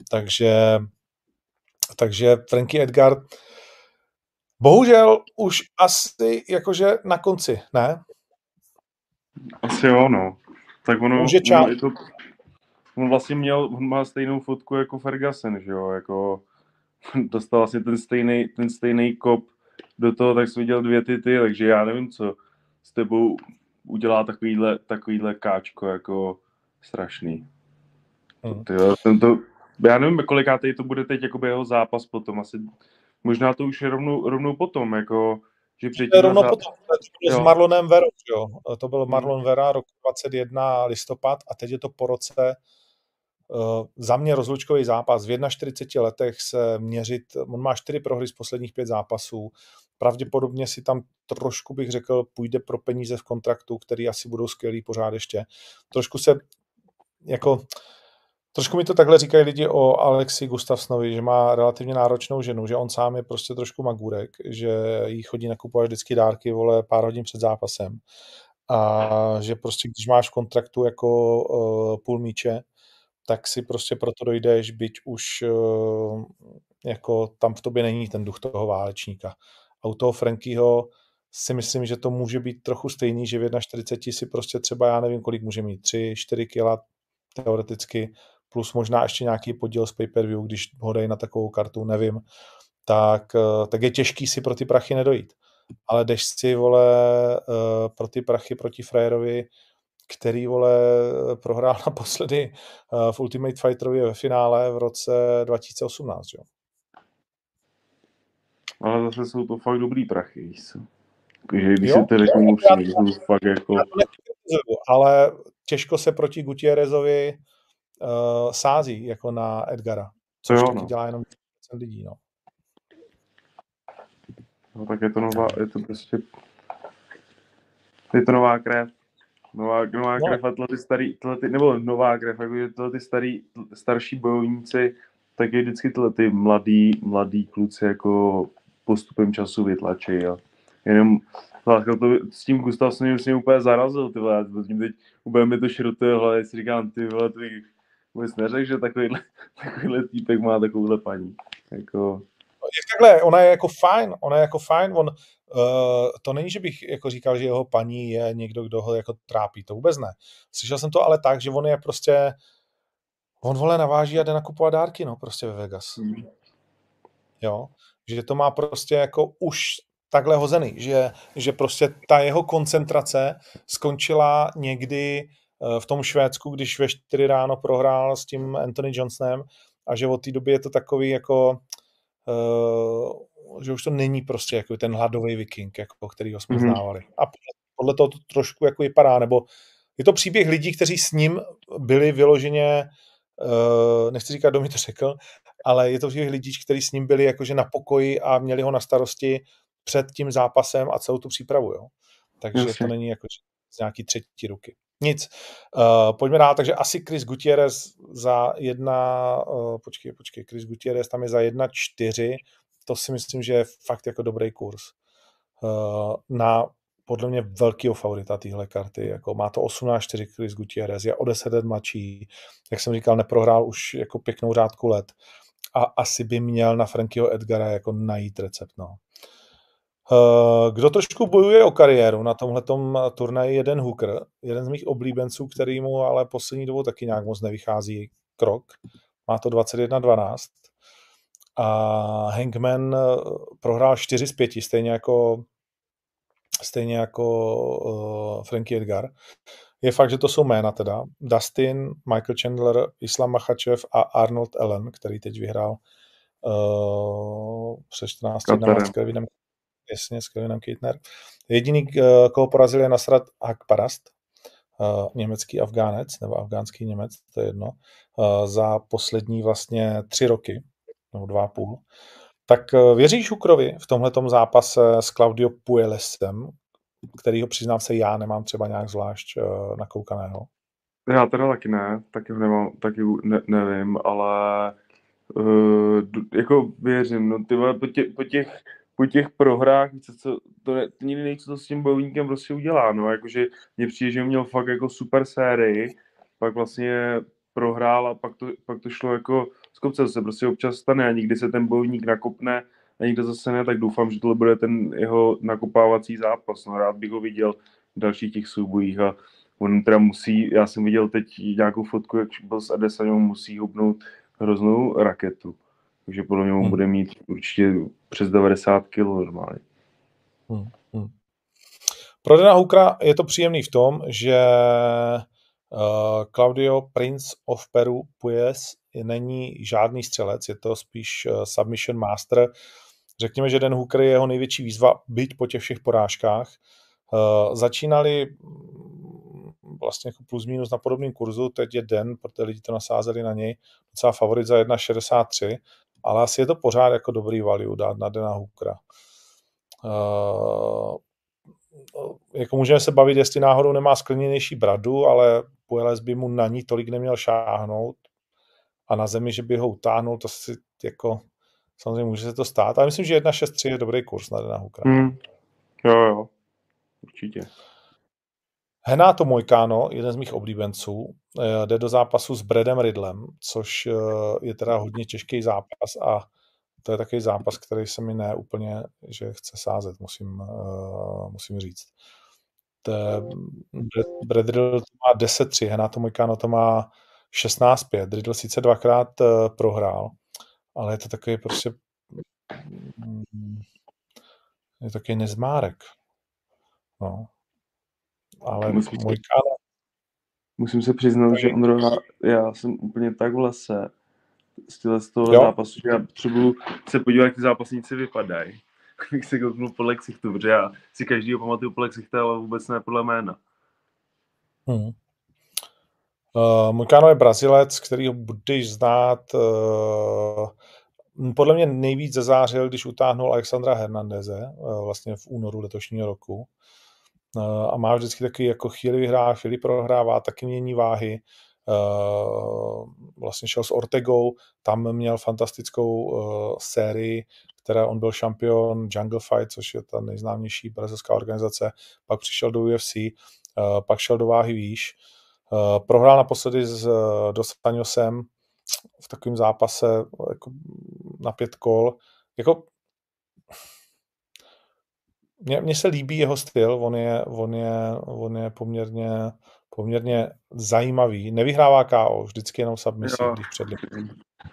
Takže Frankie Edgar bohužel už asi jakože na konci, ne? Asi jo, no. Tak on vlastně má stejnou fotku jako Ferguson, že jo, jako dostal vlastně ten stejný kop do toho, tak jsi viděl 2 tity, takže já nevím, co s tebou udělá takovýhle káčko jako strašný. Já nevím, kolikátej to bude teď jakoby jeho zápas potom, asi možná to už je rovnou potom, jako, že To předtím je rovno potom, to bylo s Marlonem Verou, jo. To byl Marlon Vera rok 21 listopad a teď je to po roce. Za mě rozlučkový zápas. V 41 letech se měřit, on má 4 prohry z posledních 5 zápasů. Pravděpodobně si tam trošku, bych řekl, půjde pro peníze v kontraktu, který asi budou skvělý pořád ještě. Trošku mi to takhle říkají lidi o Alexi Gustafssonovi, že má relativně náročnou ženu, že on sám je prostě trošku magůrek, že jí chodí nakupovat vždycky dárky, vole, pár hodin před zápasem. A že prostě, když máš v kontraktu jako půl míče, tak si prostě proto dojdeš, byť už jako tam v tobě není ten duch toho válečníka. A u toho Frankyho si myslím, že to může být trochu stejný, že v 41 si prostě třeba, já nevím, kolik může mít, 3-4 kila teoreticky, plus možná ještě nějaký podíl z pay-per-view, když ho dají na takovou kartu, nevím, tak je těžký si pro ty prachy nedojít. Ale jdeš si, vole, pro ty prachy proti frajerovi, který, vole, prohrál naposledy v Ultimate Fighterovi ve finále v roce 2018, jo. Ale zase jsou to fakt dobrý prachy, víš co. Takže když se to řeknu upřímně, jsou fakt jako... Ale těžko se proti Gutierrezovi sází, jako na Edgara. Což taky dělá jenom 10% lidí, no. No tak je to prostě... Je to nová krev. Nová krev a nebo nová krev, jakože ty starší bojovníci, tak je vždycky ty mladý kluci jako postupem času vytlačí a jenom s tím Gustafssonem mě úplně zarazil, ty vole, tím teď úplně mi to šrotuje hlavě, si říkám, ty vole, to bych vůbec neřekl, že takovýhle týpek má takovouhle paní, jako... Takhle, ona je jako fajn, on, to není, že bych jako říkal, že jeho paní je někdo, kdo ho jako trápí, to vůbec ne. Slyšel jsem to ale tak, že on je prostě, on, vole, naváží a jde nakupovat dárky, no, prostě ve Vegas. Jo, že to má prostě jako už takhle hozený, že prostě ta jeho koncentrace skončila někdy v tom Švédsku, když ve 4 ráno prohrál s tím Anthony Johnsonem a že od té doby je to takový jako že už to není prostě jako ten hladový viking, jako, který ho jsme znávali. A podle toho to trošku jako vypadá, nebo je to příběh lidí, kteří s ním byli vyloženě, nechci říkat, kdo mi to řekl, ale je to příběh lidí, kteří s ním byli jakože na pokoji a měli ho na starosti před tím zápasem a celou tu přípravu, jo. Takže to není jako z nějaký třetí ruky. Nic. Pojďme dál, takže asi Chris Gutierrez za počkej, Chris Gutierrez tam je za 1,4, to si myslím, že je fakt jako dobrý kurz. Na podle mě velkýho favorita téhle karty, jako má to 18,4 Chris Gutierrez, je o 10 let mladší, jak jsem říkal, neprohrál už jako pěknou řádku let a asi by měl na Frankyho Edgara jako najít recept, no. Kdo trošku bojuje o kariéru na tomhletom turnaji, jeden Hooker, jeden z mých oblíbenců, který mu ale poslední dobou taky nějak moc nevychází krok. Má to 21-12. A Hangman prohrál 4 z 5, stejně jako Frankie Edgar. Je fakt, že to jsou jména teda. Dustin, Michael Chandler, Islam Makhachev a Arnold Allen, který teď vyhrál před 14 dny s Kevinem. Jasně, s Kevinem Keitner. Jediný, koho porazil, je Nasrat Haqparast, německý Afgánec, nebo afgánský Němec, to je jedno, za poslední vlastně 3 roky, nebo 2,5. Tak věříš Hookerovi v tomhletom zápase s Claudio Puelesem, kterýho přiznám se já nemám třeba nějak zvlášť nakoukaného? Já teda taky ne, nevím, ale jako věřím, no ty vole, po těch prohrách, to nikdy nejde, co s tím bojovníkem prostě udělá, no, jakože mně přijde, že měl fakt jako super sérii, pak vlastně prohrál a pak to šlo jako z kopce, se prostě občas stane a nikdy se ten bojovník nakopne a nikdy zase ne, tak doufám, že tohle bude ten jeho nakopávací zápas, no, rád bych ho viděl v dalších těch soubojích a on teda musí, já jsem viděl teď nějakou fotku, jak byl s Adesanou, musí hubnout hroznou raketu. Takže podle mě bude mít určitě přes 90 kg normálně. Pro Dana Hookera je to příjemný v tom, že Claudio Prince of Peru Puelles není žádný střelec, je to spíš submission master. Řekněme, že Dan Hooker je jeho největší výzva, byť po těch všech porážkách. Začínali vlastně jako plus minus na podobném kurzu, teď je Den, protože lidi to nasázeli na něj, docela favorit za 1,63, ale asi je to pořád jako dobrý value dát na Dana Hookera. Jako můžeme se bavit, jestli náhodou nemá skleněnější bradu, ale Puelles by mu na ní tolik neměl šáhnout a na zemi, že by ho utáhnul, to si jako samozřejmě může se to stát, ale myslím, že 1,63 je dobrý kurz na Dana Hookera. Jo, určitě. Renato Moicano, jeden z mých oblíbenců, jde do zápasu s Bradem Riddlem, což je teda hodně těžký zápas a to je takový zápas, který se mi ne úplně, že chce sázet, musím říct. Brad Riddle to má 10-3, Renato Moicano to má 16-5. Riddle sice dvakrát prohrál, ale je to takový prostě je takový nezmárek. No. Ale musím se přiznat, že Ondro, já jsem úplně tak v lese z toho zápasu, že já potřebuji se podívat, jak ty zápasníci vypadají. Bych se kouknul podle ksichtu, protože já si každýho pamatuju podle ksichta, ale vůbec ne podle jména. Moicano je Brazilec, který ho budeš znát. Podle mě nejvíc zazářil, když utáhnul Alexandra Hernandeze vlastně v únoru letošního roku. A má vždycky taky jako chvíli vyhrává, chvíli prohrává, taky mění váhy. Vlastně šel s Ortegou, tam měl fantastickou sérii, která on byl šampion Jungle Fight, což je ta nejznámější brazilská organizace, pak přišel do UFC, pak šel do váhy výš. Prohrál naposledy s Dos Anjosem v takovém zápase jako na 5 kol. Jako mně se líbí jeho styl, on je poměrně zajímavý. Nevyhrává KO, vždycky jenom submisi, když předlí.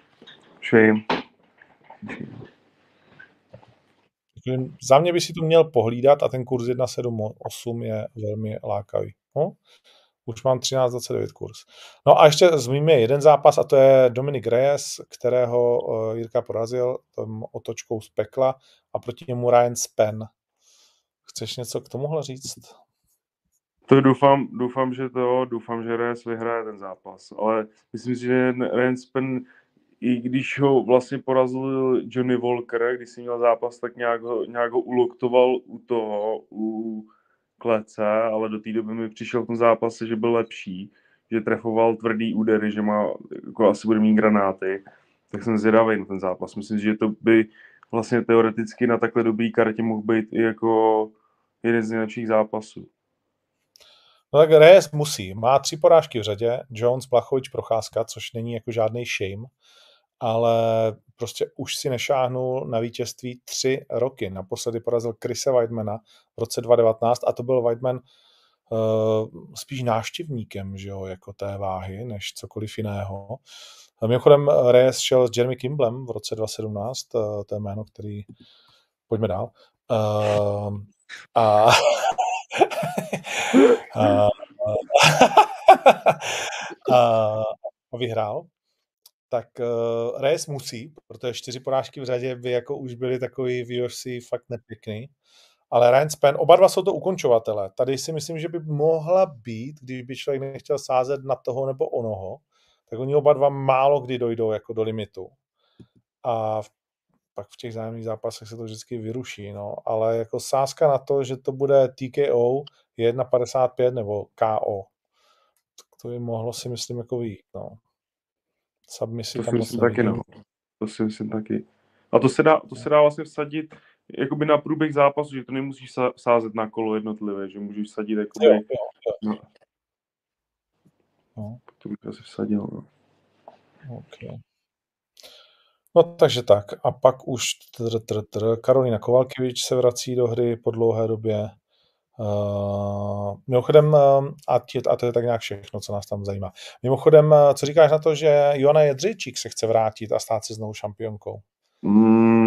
Za mě by si to měl pohlídat a ten kurz 1,78 je velmi lákavý. No? Už mám 13,29 kurz. No a ještě zmíníme jeden zápas a to je Dominic Reyes, kterého Jirka porazil otočkou z pekla a proti němu Ryan Spann. Chceš něco k tomuhle říct? To doufám, že Reyes vyhraje ten zápas, ale myslím si, že Ryan Spann, i když ho vlastně porazil Johnny Walker, když si měl zápas, tak nějak ho uloktoval u klece, ale do té doby mi přišel v tom zápase, že byl lepší, že trefoval tvrdý údery, že má, jako asi bude mít granáty, tak jsem zvědavý na ten zápas. Myslím si, že to by vlastně teoreticky na takhle dobrý kartě mohl být i jako jeden z nejlepších zápasů. No tak Reyes musí. Má 3 porážky v řadě, Jones, Blachowicz, Procházka, což není jako žádný shame, ale prostě už si nešáhnul na vítězství 3 roky. Naposledy porazil Chrise Weidmana v roce 2019 a to byl Weidman spíš návštěvníkem, že jo, jako té váhy, než cokoliv jiného. Mimochodem Reyes šel s Jeremy Kimblem v roce 2017, to je jméno, který... Pojďme dál. A vyhrál, tak Reyes musí, protože 4 porážky v řadě by jako už byly takový v UFC fakt nepěkný. Ale Ryan Spann, oba dva jsou to ukončovatele. Tady si myslím, že by mohla být, když by člověk nechtěl sázet na toho nebo onoho, tak oni oba dva málo kdy dojdou jako do limitu. A pak v těch zájemných zápasech se to vždycky vyruší, no. Ale jako sázka na to, že to bude TKO 1,55 nebo KO. To by mohlo si myslím jako vyjít, no. Submisi to tam si myslím taky, no. To si myslím taky. A to se dá vlastně vsadit jakoby na průběh zápasu, že to nemusíš sázet na kolo jednotlivé, že můžeš vsadit jakoby... Jo. No. To bych asi vsadil, no. Okay. No takže tak. A pak už Karolina Kovalkivič se vrací do hry po dlouhé době. Mimochodem, a to je tak nějak všechno, co nás tam zajímá. Mimochodem, co říkáš na to, že Joanna Jedřejčík se chce vrátit a stát se znovu šampionkou?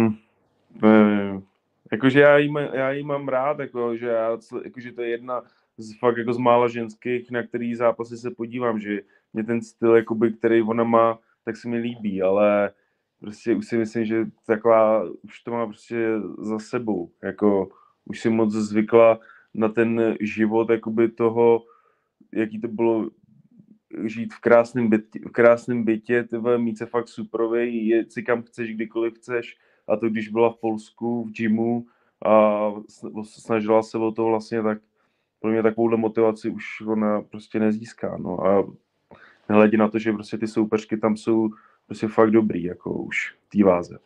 Jakože já jí mám rád, jakože to je jedna fakt jako z mála ženských, na který zápasy se podívám, že mě ten styl, jakoby, který ona má, tak se mi líbí, ale prostě už si myslím, že taková, už to má prostě za sebou, jako už si moc zvykla na ten život, jakoby toho, jaký to bylo žít v krásném bytě, tyhle, mít se fakt superovej, jet si kam chceš, kdykoliv chceš, a to když byla v Polsku, v gymu a snažila se o to vlastně, tak pro mě takovouhle motivaci už ona prostě nezíská, no a nehledě na to, že prostě ty soupeřky tam jsou prostě fakt dobrý, jako už v té váze.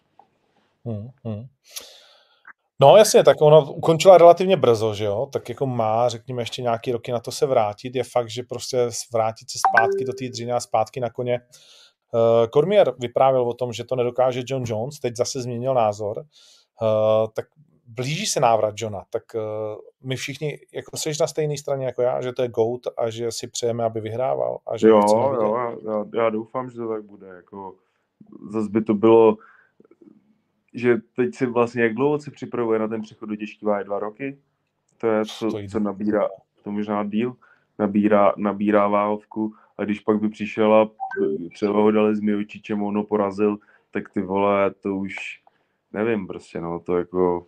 No jasně, tak ona ukončila relativně brzo, že jo, tak jako má, řekněme, ještě nějaký roky na to se vrátit, je fakt, že prostě vrátit se zpátky do té dřiny a zpátky na koně. Cormier vyprávěl o tom, že to nedokáže John Jones, teď zase změnil názor, tak blíží se návrat Johna, tak my všichni, jako jsi na stejné straně jako já, že to je GOAT a že si přejeme, aby vyhrával. A že já doufám, že to tak bude, jako zase by to bylo, že teď si vlastně, jak dlouho si připravuje na ten přechod do těžký váhy, 2 roky? To je, co nabírá, to možná díl, nabírá váhovku, a když pak by přišel a třeba ho dali s Miocičem, ono porazil, tak ty vole, to už nevím prostě, no, to jako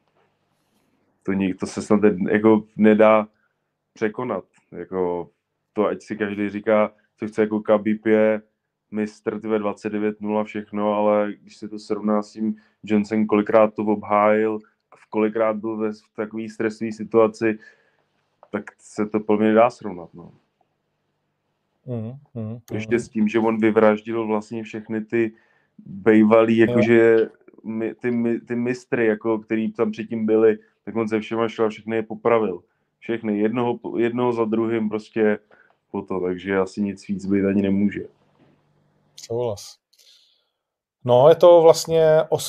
to se snad jako nedá překonat, jako to, ať si každý říká, co chce, jako Khabib je mistr, 29-0 všechno, ale když se to srovná s tím Johnson, kolikrát to obhájil, kolikrát byl v takové stresové situaci, tak se to plně nedá srovnat, no. Ještě s tím, že on vyvraždil vlastně všechny ty bejvalý, jakože ty mistry, jako, který tam předtím byli, tak on se všema šel a všechny je popravil. Všechny, jednoho za druhým prostě po to, takže asi nic víc být ani nemůže. Souhlas. No, je to vlastně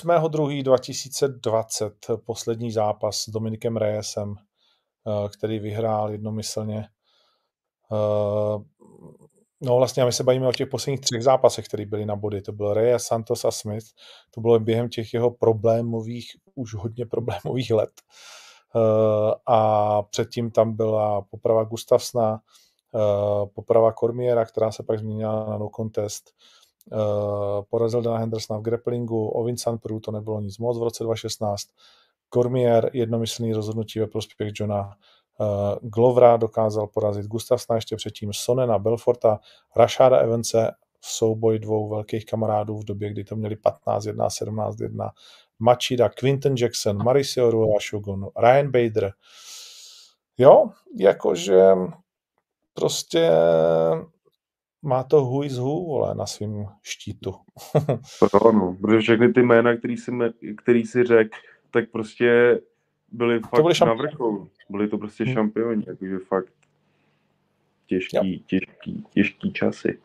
8.2.2020 poslední zápas s Dominikem Reyesem, který vyhrál jednomyslně. No vlastně, my se bavíme o těch posledních 3 zápasech, které byly na body. To byl Reyes, Santos a Smith. To bylo během těch jeho už hodně problémových let. A předtím tam byla poprava Gustafsona, poprava Cormiera, která se pak změnila na no contest. Porazil Dana Hendersona v grapplingu, o Vincent Peru to nebylo nic moc v roce 2016. Cormier jednomyslný rozhodnutí ve prospěch Johna. Glovera dokázal porazit Gustafsona ještě předtím, Sonena, Belforta, Rashada Evanse, souboj 2 velkých kamarádů v době, kdy to měli 15-1, 17-1. Machida, Quinton Jackson, Mauricio Rua Shogun, Ryan Bader. Jo, jakože prostě má to who is who, vole, na svým štítu. No, protože všechny ty jména, který si řekl, tak prostě byli fakt na vrcholu. Byli to prostě šampioni, takže fakt těžký časy.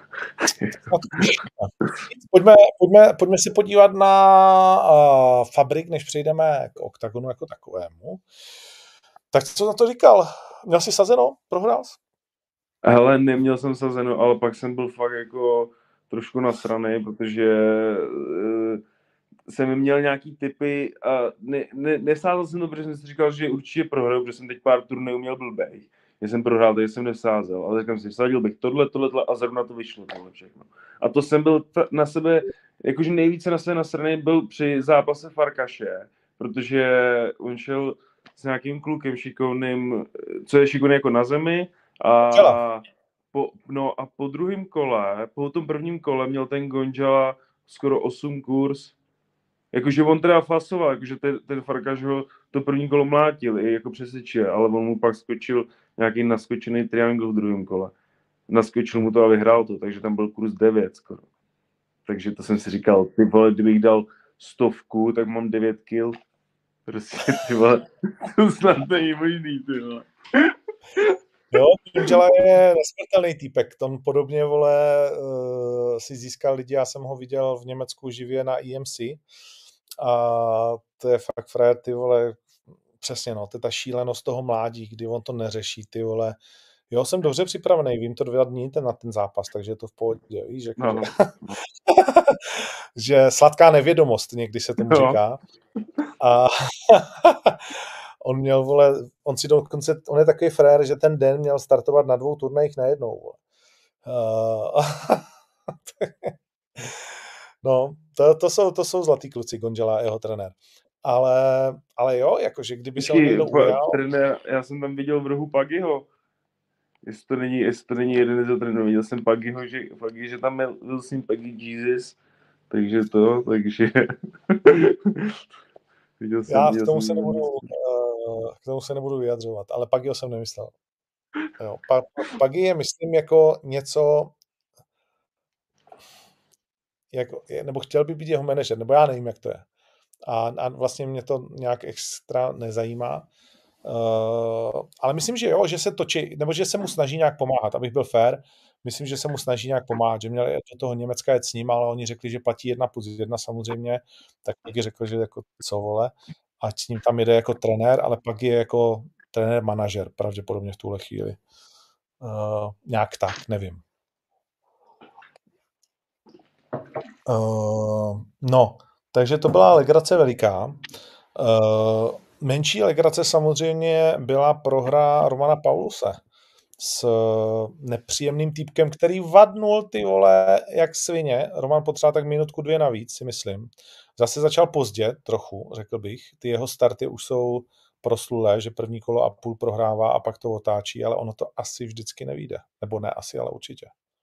Pojďme se podívat na Fabrik, než přejdeme k OKTAGONu jako takovému. Tak co na to říkal? Měl jsi sazeno? Prohrál jsi? Hele, neměl jsem sazeno, ale pak jsem byl fakt jako trošku nasranej, protože jsem měl nějaký tipy a nevsázel jsem to, protože jsem si říkal, že určitě prohraju, protože jsem teď pár turnajů měl blbej. Já jsem prohrál, takže jsem nevsázel, ale říkám si, vsadil bych tohle a zrovna to vyšlo tohle všechno. A to jsem byl na sebe, jakože nejvíce na sebe nasranej byl při zápase Farkaše, protože on šel s nějakým klukem šikovným, co je šikovný jako na zemi, a po druhém kole, po tom prvním kole měl ten Gonjala skoro 8 kurz. Jakože on teda fasoval, jakože ten Farkaš ho to první kolo mlátil, i jako přesvědčil, ale on mu pak skočil nějaký naskočený triangle v druhém kole. Naskočil mu to a vyhrál to, takže tam byl kurz 9 skoro. Takže to jsem si říkal, ty vole, kdybych dal 100, tak mám 9 kill. Prostě, ty vole, to snad není možný, ty vole. Jo, Gonjala je nesmrtelný týpek, on podobně, vole, si získal lidi, já jsem ho viděl v Německu živě na EMC a to je fakt frajer, ty vole, přesně no, to je ta šílenost toho mládí, kdy on to neřeší, ty vole. Jo, jsem dobře připravený, vím to 2 dní na ten zápas, takže je to v pohodě, víš, jako, no. Že sladká nevědomost, někdy se tomu říká. A On měl, vole, on je takový frér, že ten den měl startovat na 2 turnajích najednou, vole. No, to jsou zlatý kluci, Gonžala a jeho trenér. Ale jo, jakože kdyby se ho někdo ujal... Trenér, já jsem tam viděl v rohu Paggyho. Jestli to není jeden z trenérů. Viděl jsem Paggyho, že tam byl s ním Paggy Jesus. Takže Já k tomu se nebudu vyjadřovat, ale Paggyho jsem nemyslel. Jo, Paggy je, myslím, jako něco... nebo chtěl by být jeho manažer, nebo já nevím, jak to je. A vlastně mě to nějak extra nezajímá. Ale myslím, že jo, že se točí, nebo že se mu snaží nějak pomáhat, abych byl fair. Myslím, že se mu snaží nějak pomáhat, že měl do toho Německa jet s ním, ale oni řekli, že platí 1+1 samozřejmě, tak Paggy řekl, že jako co vole, ať s ním tam jede jako trenér, ale Paggy je jako trenér manažer, pravděpodobně v tuhle chvíli. Nějak tak, nevím. No, takže to byla legrace veliká. Menší legrace samozřejmě byla prohra Romana Pauluse s nepříjemným týpkem, který vadnul ty vole jak svině. Roman potřeboval tak 1-2 minutky navíc, si myslím. Zase začal pozdě trochu, řekl bych. Ty jeho starty už jsou proslulé, že první kolo a půl prohrává a pak to otáčí, ale ono to asi vždycky nevyjde. Nebo ne asi, ale určitě.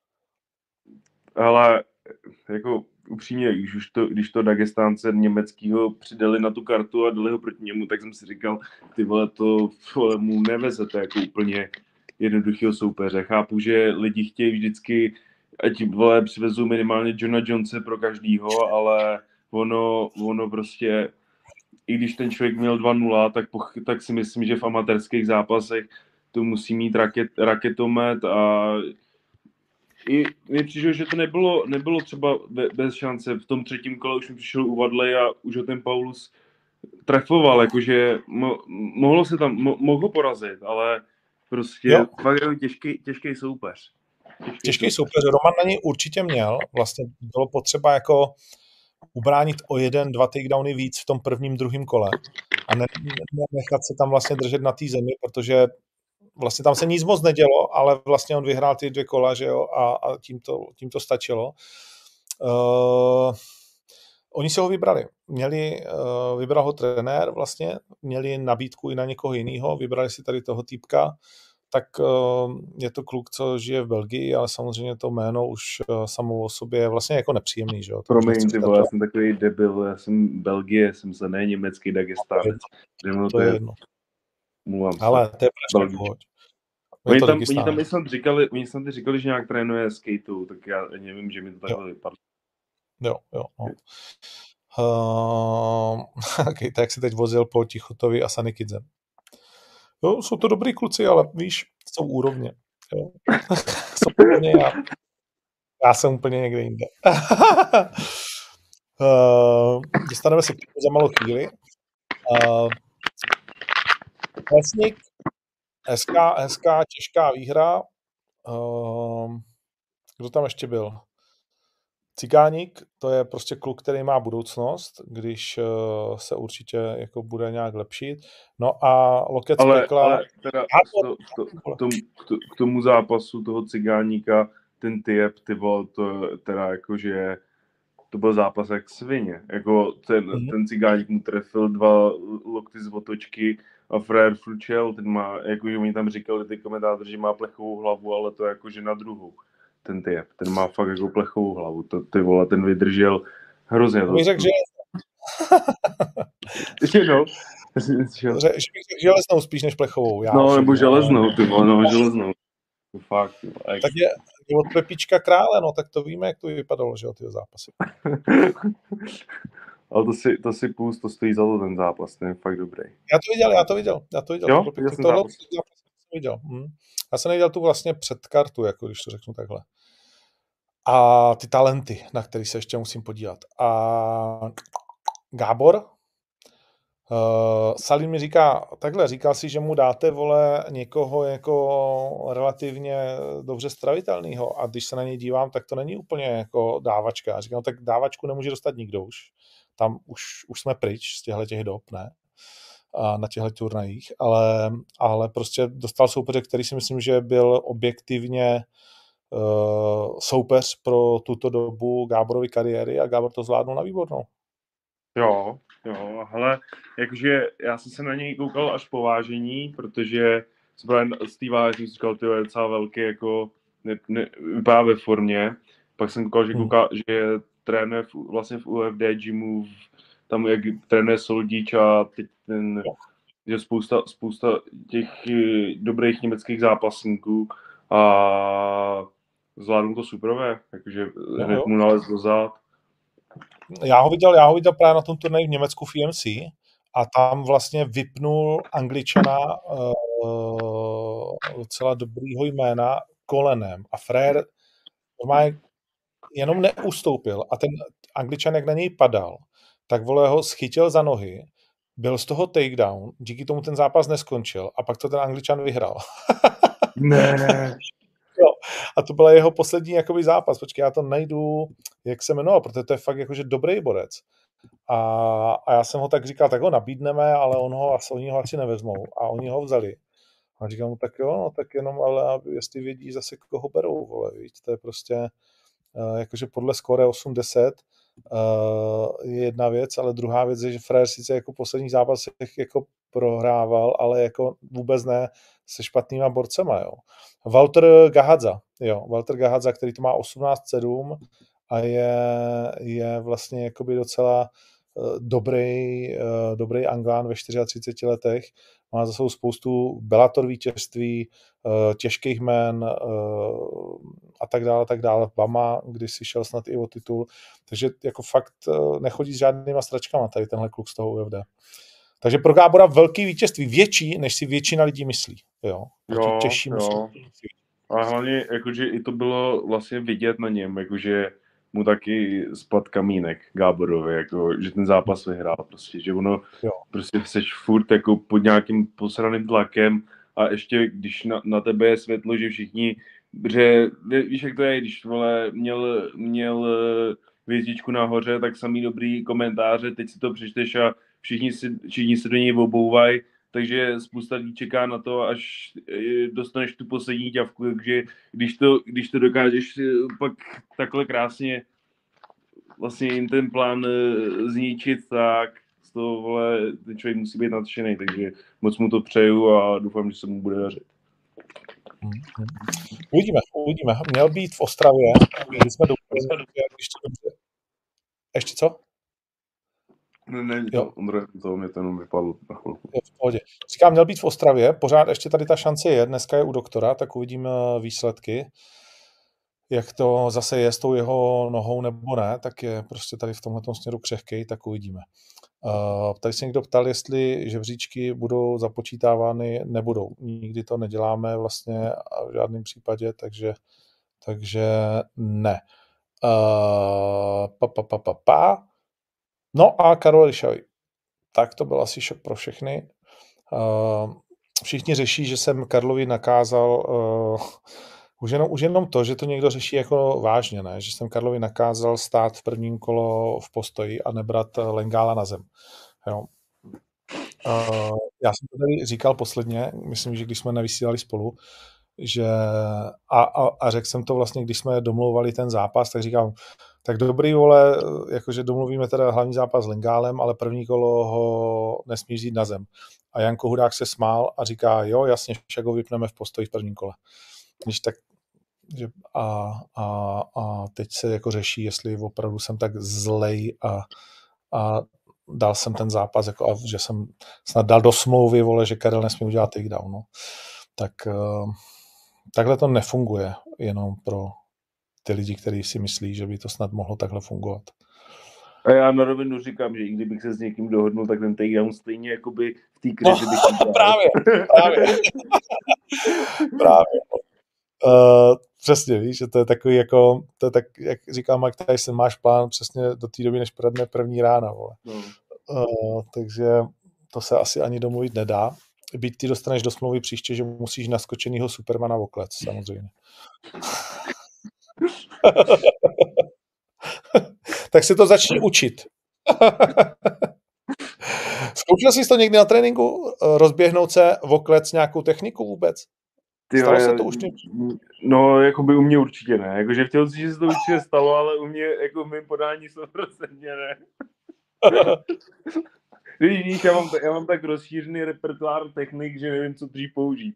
Ale jako upřímně, když to Dagestánce německýho přidali na tu kartu a dali ho proti němu, tak jsem si říkal, ty vole, to vole, mu nevezete jako úplně jednoduchého soupeře. Chápu, že lidi chtějí vždycky, ať vole, přivezou minimálně Johna Jonese pro každýho, ale ono prostě, i když ten člověk měl 2-0, tak si myslím, že v amatérských zápasech to musí mít raketomet a i mi přišlo, že to nebylo třeba bez šance. V tom třetím kole už mi přišel u Wadley a už ho ten Paulus trefoval, jakože mohl porazit, ale prostě fakt je těžký soupeř. Těžký soupeř. Roman na něj určitě měl. Vlastně bylo potřeba jako ubránit o 1-2 takedowny víc v tom prvním, druhém kole a nechat se tam vlastně držet na té zemi, protože vlastně tam se nic moc nedělo, ale vlastně on vyhrál ty 2 kola, že jo, a tím to stačilo. Oni se ho vybrali. Vybral ho trenér vlastně, měli nabídku i na někoho jiného, vybrali si tady toho týpka, tak je to kluk, co žije v Belgii, ale samozřejmě to jméno už samo o sobě je vlastně jako nepříjemný, že jo. Promiň, ty vole, já jsem takový debil, já jsem Belgie, jsem se ne německý Dagestánec. To je jedno. Ale to je proč. Oni tam snad říkali, že nějak trénuje skateu, tak já nevím, že mi to takhle vypadlo. Jo. No. Okay, tak si teď vozil po Tichotovi a Sanikidze. Jo, jsou to dobrý kluci, ale víš, jsou úrovně. Jo. Jsou úplně já jsem úplně někde jinde. Dostaneme se k tomu za malou chvíli. Lesník, hezká těžká výhra. Kdo tam ještě byl? Cigáník, to je prostě kluk, který má budoucnost, když se určitě jako bude nějak lepšit. No a Lokec Pekla... Ale teda k tomu zápasu toho Cigáníka, ten Tiep, ty vole, to teda jakože to byl zápas jak svině. Jako ten Cigáník mu trefil 2 lokty z otočky a Frère Fručel, ten má, jakože oni tam říkali ty komentátoři, že má plechovou hlavu, ale to jakože na druhou. Ten Tiep, ten má fakt jako plechovou hlavu. Ty vole, ten vydržel hrozně. To bych řekl, že... Že bych řekl železnou spíš než plechovou. Nebo železnou, ty vole, železnou. Fakt, ty vole. Tak je od Pepička Krále, no, tak to víme, jak to vypadalo, že jo, ty zápasy. Ale to si půst, to stojí za to ten zápas, ten je fakt dobrý. Já to viděl. Jo? Tohle zápas jsem viděl. Já jsem neviděl tu vlastně předkartu, jako když to řeknu takhle. A ty talenty, na který se ještě musím podívat. A Gábor, Salim mi říká, takhle, říkal si, že mu dáte, vole, někoho jako relativně dobře stravitelného a když se na něj dívám, tak to není úplně jako dávačka. Já říkám, tak dávačku nemůže dostat nikdo už. Tam už jsme pryč z těch dob, ne? na těchto turnajích, ale prostě dostal soupeře, který si myslím, že byl objektivně soupeř pro tuto dobu Gáborovy kariéry a Gábor to zvládnul na výbornou. Jo, hele, jakože já jsem se na něj koukal až po vážení, protože z té váhy jsem říkal, že je docela velký, jako vypadá ve formě. Pak jsem koukal, že trénuje vlastně v UFD gymu, tam jak trénuje Soldíč a teď že spousta těch dobrých německých zápasníků a zvládnu to superové, jakože hned mu nalez do zád. Já ho viděl právě na tom turnaji v Německu v EMC a tam vlastně vypnul Angličana docela dobrýho jména kolenem a Frér normálně jenom neustoupil a ten Angličan, jak na něj padal, tak vole ho schytil za nohy, byl z toho takedown, díky tomu ten zápas neskončil a pak to ten Angličan vyhrál. Ne. Jo. A to byl jeho poslední jakoby zápas. Počkej, já to najdu, jak se jmenoval, protože to je fakt jakože dobrý borec. A já jsem ho tak říkal, tak ho nabídneme, ale oni ho asi nevezmou. A oni ho vzali. A říkám mu, tak jo, no, tak jenom, ale jestli vědí zase, koho berou, vole, víc. To je prostě, jakože podle skóre 8-10 je jedna věc, ale druhá věc je, že Frér sice jako poslední zápas jako prohrával, ale jako vůbec ne se špatnýma borcema, jo. Walter Gahadza, který to má 18-7 a je vlastně jakoby docela dobrý Anglán ve 34 letech. Má za sebou spoustu Bellator vítězství, těžkých jmen a tak dále. Bama, když si šel snad i o titul. Takže jako fakt nechodí s žádnýma stračkama tady tenhle kluk z toho UFD. Takže pro Gábora velký vítězství, větší, než si většina lidí myslí. Jo. A hlavně, jakože i to bylo vlastně vidět na něm, jakože mu taky spad kamínek Gáborovi, jako, že ten zápas vyhrál prostě, že ono prostě seš furt jako pod nějakým posraným tlakem a ještě když na tebe je světlo, že všichni, že víš, jak to je, když vole, měl hvězdičku nahoře, tak samý dobrý komentáře, teď si to přečteš a všichni se do něj obouvají, takže spousta lidí čeká na to, až dostaneš tu poslední ťavku, takže když to dokážeš pak takhle krásně vlastně jim ten plán zničit, tak z toho, vole, ten člověk musí být nadšený, takže moc mu to přeju a doufám, že se mu bude dařit. Uvidíme. Měl být v Ostravě, když jsme ještě co? Ne, to mě to vypadlo na chvilku. V pohodě. Říkám, měl být v Ostravě, pořád ještě tady ta šance je, dneska je u doktora, tak uvidíme výsledky, jak to zase je s tou jeho nohou nebo ne, tak je prostě tady v tomhletom směru křehkej, tak uvidíme. Tady se někdo ptal, jestli žebříčky budou započítávány, nebudou. Nikdy to neděláme vlastně v žádném případě, takže ne. No a Karol Ryšavý. Tak to byl asi šok pro všechny. Všichni řeší, že jsem Karlovi nakázal už jenom to, že to někdo řeší jako vážně, ne? Že jsem Karlovi nakázal stát v prvním kolo v postoji a nebrat Lengála na zem. Jo. Já jsem to tady říkal posledně, myslím, že když jsme nevysílali spolu, že a řekl jsem to vlastně, když jsme domlouvali ten zápas, tak říkám, tak dobrý, vole, jakože domluvíme teda hlavní zápas s Lengálem, ale první kolo ho nesmí vzít na zem. A Janko Hudák se smál a říká, jo, jasně, však ho vypneme v postoji v prvním kole. Když tak a teď se jako řeší, jestli opravdu jsem tak zlej a dal jsem ten zápas, jako, a že jsem snad dal do smlouvy, vole, že Karel nesmí udělat takedown. No. Tak takhle to nefunguje jenom pro ty lidi, kteří si myslí, že by to snad mohlo takhle fungovat. A já na rovinu říkám, že i kdybych se s někým dohodnul, tak ten takedown stejně jakoby v té krizi bych udělal. Právě. Přesně, víš, že to je takový jako, to je tak, jak říká Mike Tyson, máš plán přesně do té doby, než prodne první rána, vole. Takže to se asi ani domluvit nedá. Byť ty dostaneš do smlouvy příště, že musíš naskočenýho Supermana v oklec, samozřejmě. Tak se to začni učit. Zkoušel jsi to někdy na tréninku? Rozběhnout se oklec nějakou techniku vůbec? Stalo se to už No, jako by u mě určitě ne. Jakože v tělocvičně se to určitě stalo, ale u mě, jako v mém podání 100% ne. Víš, já mám tak rozšířený repertoár technik, že nevím, co dřív použít.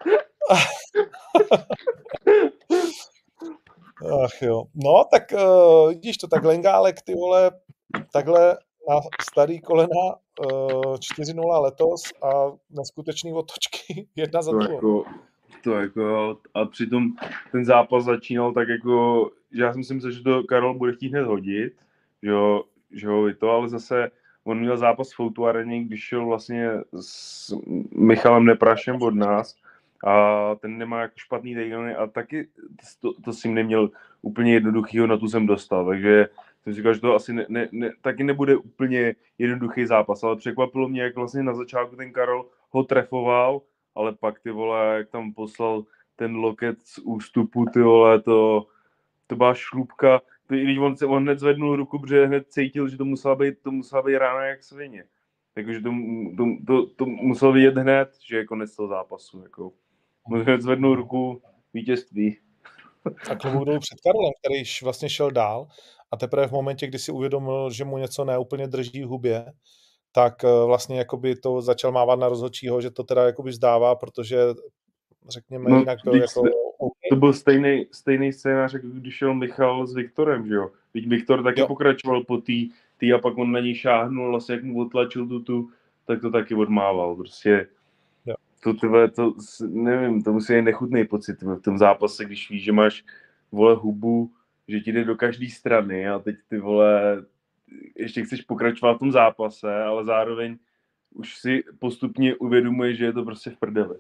Ach jo. No, tak vidíš to, tak Lengálek, ty vole, takhle na starý kolena 4-0 letos a neskutečný otočky jedna za druhou. To jako, a přitom ten zápas začínal tak jako, že já jsem si myslel, že to Karol bude chtít hned hodit, že ho to, ale zase on měl zápas v Foutu Areně, když šel vlastně s Michalem Neprašem od nás a ten nemá jako špatný takedowny a taky to s ním neměl úplně jednoduchýho na tu zem dostal, takže jsem si říkal, že to asi taky nebude úplně jednoduchý zápas, ale překvapilo mě, jak vlastně na začátku ten Karol ho trefoval, ale pak ty vole, jak tam poslal ten loket z ústupu, ty vole, to byla šlupka. Když on hned zvednul ruku, protože hned cítil, že to musela být rána jak svině. Takže to musel vidět hned, že je konec toho zápasu. Jako. Hned zvednul ruku, vítězství. A klobouk dolů před Karolem, který vlastně šel dál a teprve v momentě, kdy si uvědomil, že mu něco neúplně drží v hubě, tak vlastně jakoby to začal mávat na rozhodčího, že to teda jakoby vzdává, protože řekněme jinak byl jako... Okay. To byl stejný scénář, jako když šel Michal s Viktorem, že jo? Teď Viktor taky pokračoval po tý a pak on na něj šáhnul, vlastně jak mu otlačil tak to taky odmával, prostě. Jo. To nevím, to musí být nechutný pocit v tom zápase, když víš, že máš, vole, hubu, že ti jde do každé strany a teď ty vole, ještě chceš pokračovat v tom zápase, ale zároveň už si postupně uvědomuješ, že je to prostě v prdeli.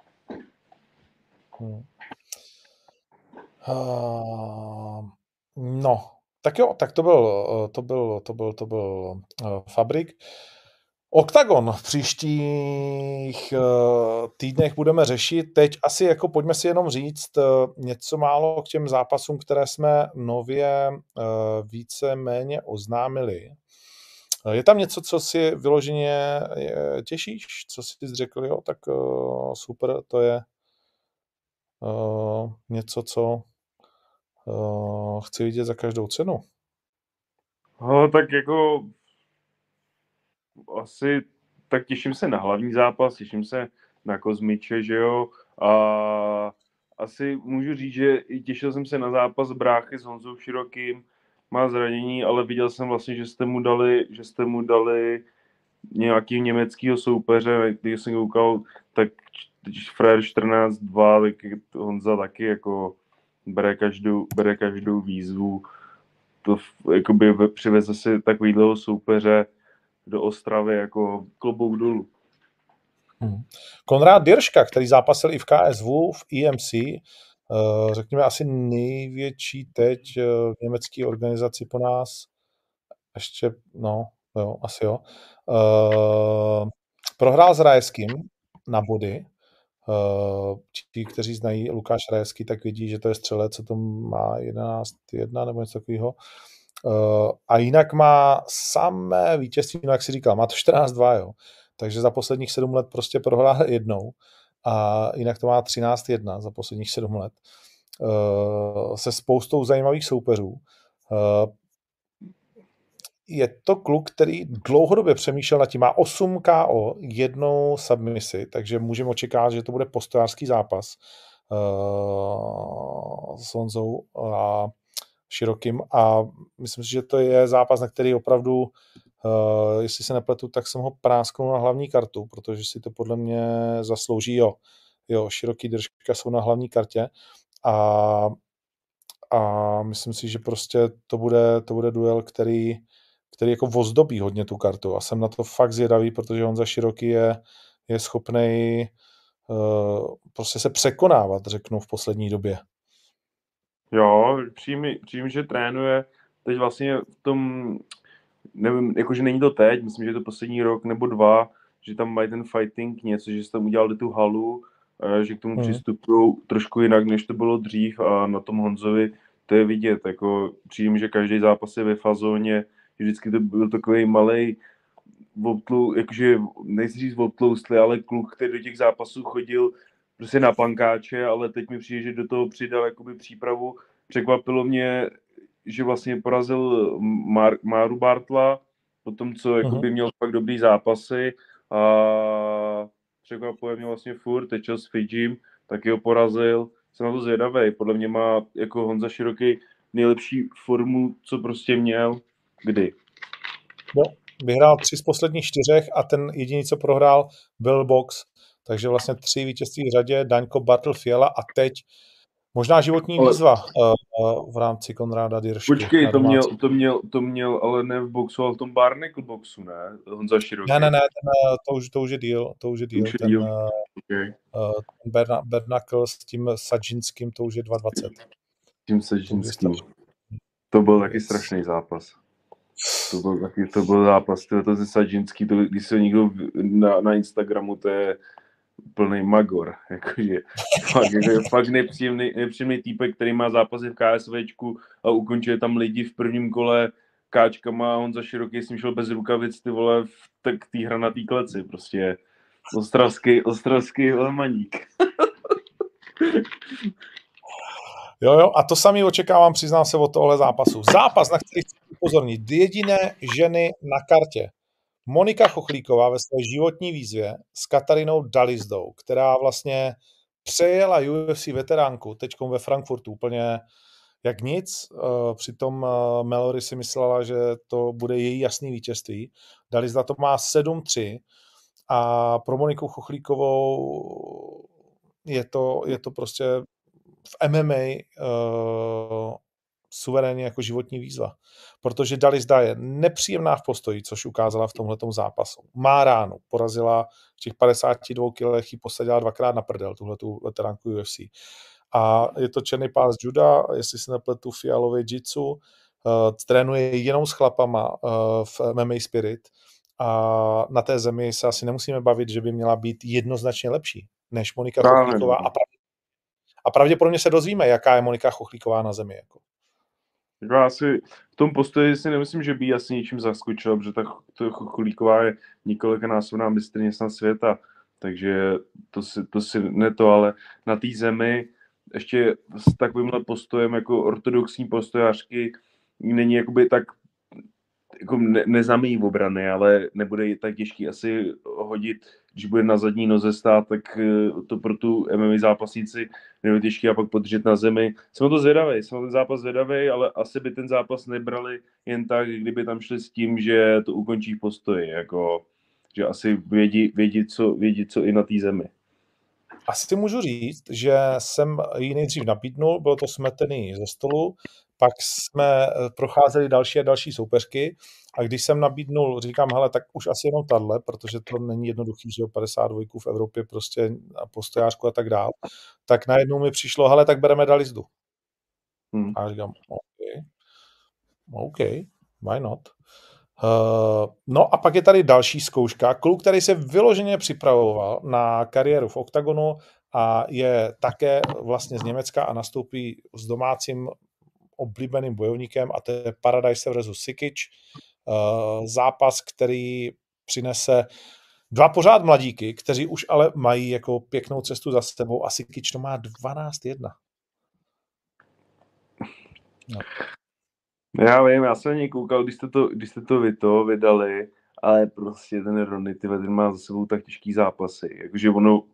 No, tak jo, tak to byl Fabrik. Oktagon v příštích týdnech budeme řešit. Teď asi jako pojďme si jenom říct něco málo k těm zápasům, které jsme nově více-méně oznámili. Je tam něco, co si vyloženě těšíš? Co jsi řekl, jo, tak super, to je něco, co chci vidět za každou cenu. Tak jako asi tak těším se na hlavní zápas, těším se na Kozmiče, že jo, a asi můžu říct, že těšil jsem se na zápas bráchy s Honzou Širokým, má zranění, ale viděl jsem vlastně, že jste mu dali nějaký německýho soupeře, když jsem koukal, tak Frér 14-2, tak Honza taky jako bere každou výzvu. To jakoby přiveze si takovýhleho soupeře do Ostravy jako klobouk dolů. Konrád Dirška, který zápasil i v KSV, v EMC, řekněme asi největší teď v německé organizaci po nás, ještě, no jo, asi jo, prohrál s Rajeským na body. Ti, kteří znají Lukáš Rajeský, tak vidí, že to je střelec, co to má 11-1 nebo něco takového. A jinak má samé vítězství, no jak si říkal, má to 14-2, jo. Takže za posledních 7 let prostě prohrál jednou a jinak to má 13-1 za posledních 7 let. Se spoustou zajímavých soupeřů. Je to kluk, který dlouhodobě přemýšlel nad tím, má 8 KO, 1 submisi, takže můžeme očekávat, že to bude postojářský zápas s Honzou a Širokým a myslím si, že to je zápas, na který opravdu, jestli se nepletu, tak jsem ho prásknul na hlavní kartu, protože si to podle mě zaslouží, jo, Široký, Držka jsou na hlavní kartě a myslím si, že prostě to bude duel, který jako ozdobí hodně tu kartu a jsem na to fakt zvědavý, protože Honza Široký je schopnej prostě se překonávat, řeknu, v poslední době. Jo, přijím, že trénuje teď vlastně v tom, nevím, jakože není to teď, myslím, že je to poslední rok nebo 2, že tam mají ten fighting něco, že se tam udělali tu halu, že k tomu přistupují trošku jinak, než to bylo dřív a na tom Honzovi to je vidět, jako přijím, že každý zápas je ve fazóně, vždycky to byl takový malej, jakože nechci říct obtloustli, ale kluk, který do těch zápasů chodil prostě na pankáče, ale teď mi přijde, že do toho přidal jakoby přípravu. Překvapilo mě, že vlastně porazil Máru Bartla, po tom, co jakoby měl fakt dobrý zápasy a překvapuje mě vlastně furt, teď s Fidžím, taky ho porazil. Jsem na to zvědavej, podle mě má jako Honza Široký nejlepší formu, co prostě měl kdy. No, vyhrál 3 z posledních 4 a ten jediný, co prohrál, byl box. Takže vlastně 3 vítězství v řadě, Daňko, Bartl, Fiala a teď možná životní výzva v rámci Konráda Diršky. Počkej, to měl, ale ne v boxu, ale v tom Barnacle boxu, ne? Honza Široký. Ne, to už je díl. Okay. Bernacle s tím Sadžinským, to už je 2,20. Tím Sadžinským. To byl taky strašný zápas. To byl zápas, to se Sadžinský, když se někdo na Instagramu, to je plný magor, jakože fakt nepříjemný týpek, který má zápasy v KSVčku a ukončuje tam lidi v prvním kole káčkama a Honza Široký s ním šel bez rukavic, ty vole, v té hranatý kleci, prostě ostravský lemaník. Jo, a to samý očekávám, přiznám se, od tohle zápasu. Zápas, na který chci upozornit, jediné ženy na kartě. Monika Chochlíková ve své životní výzvě s Katarinou Dalizdou, která vlastně přejela UFC veteránku teďkom ve Frankfurtu úplně jak nic. Přitom Mallory si myslela, že to bude její jasný vítězství. Dalizda to má 7-3 a pro Moniku Chochlíkovou je to prostě v MMA suverénně jako životní výzva. Protože Dalizda je nepříjemná v postoji, což ukázala v tomhletom zápasu. Má ránu, porazila v těch 52 kilech, ji posadila 2krát na prdel, tuhletu veteránku UFC. A je to černý pás juda, jestli se nepletu fialově jitsu, trénuje jenom s chlapama v MMA Spirit a na té zemi se asi nemusíme bavit, že by měla být jednoznačně lepší než Monika Chochlíková a pravděpodobně se dozvíme, jaká je Monika Chochlíková na zemi. Jako. Já asi v tom postoji si nemyslím, že by asi ničím zaskočila, protože ta Chochlíková je několikanásobná mistryně snad světa, takže to si ne to, ale na té zemi ještě s takovýmhle postojem jako ortodoxní postojářky není jakoby tak jako nezamíjí v obrany, ale nebude tak těžký asi hodit, když bude na zadní noze stát, tak to pro tu MMA zápasníci nebude těžký a pak podržet na zemi. Jsem ten zápas zvědavej, ale asi by ten zápas nebrali jen tak, kdyby tam šli s tím, že to ukončí v postoji, jako, že asi vědí, co i na té zemi. Asi můžu říct, že jsem ji nejdřív nabídnul, bylo to smetený ze stolu, pak jsme procházeli další a další soupeřky a když jsem nabídnul, říkám, hele, tak už asi jenom tahle, protože to není jednoduchý, že jo, 52 v Evropě prostě a postojářku a tak dál, tak najednou mi přišlo, hele, tak bereme Dalizdu. A já říkám, OK, why not? No a pak je tady další zkouška. Kluk, který se vyloženě připravoval na kariéru v oktagonu a je také vlastně z Německa a nastoupí s domácím oblíbeným bojovníkem a to je Paradise versus Sikic. Zápas, který přinese 2 pořád mladíky, kteří už ale mají jako pěknou cestu za sebou a Sikic to má 12-1. No. Já vím, já jsem na něj koukal, když jste to vydali, ale prostě ten Ronny, ten má za sebou tak těžký zápasy. Jakože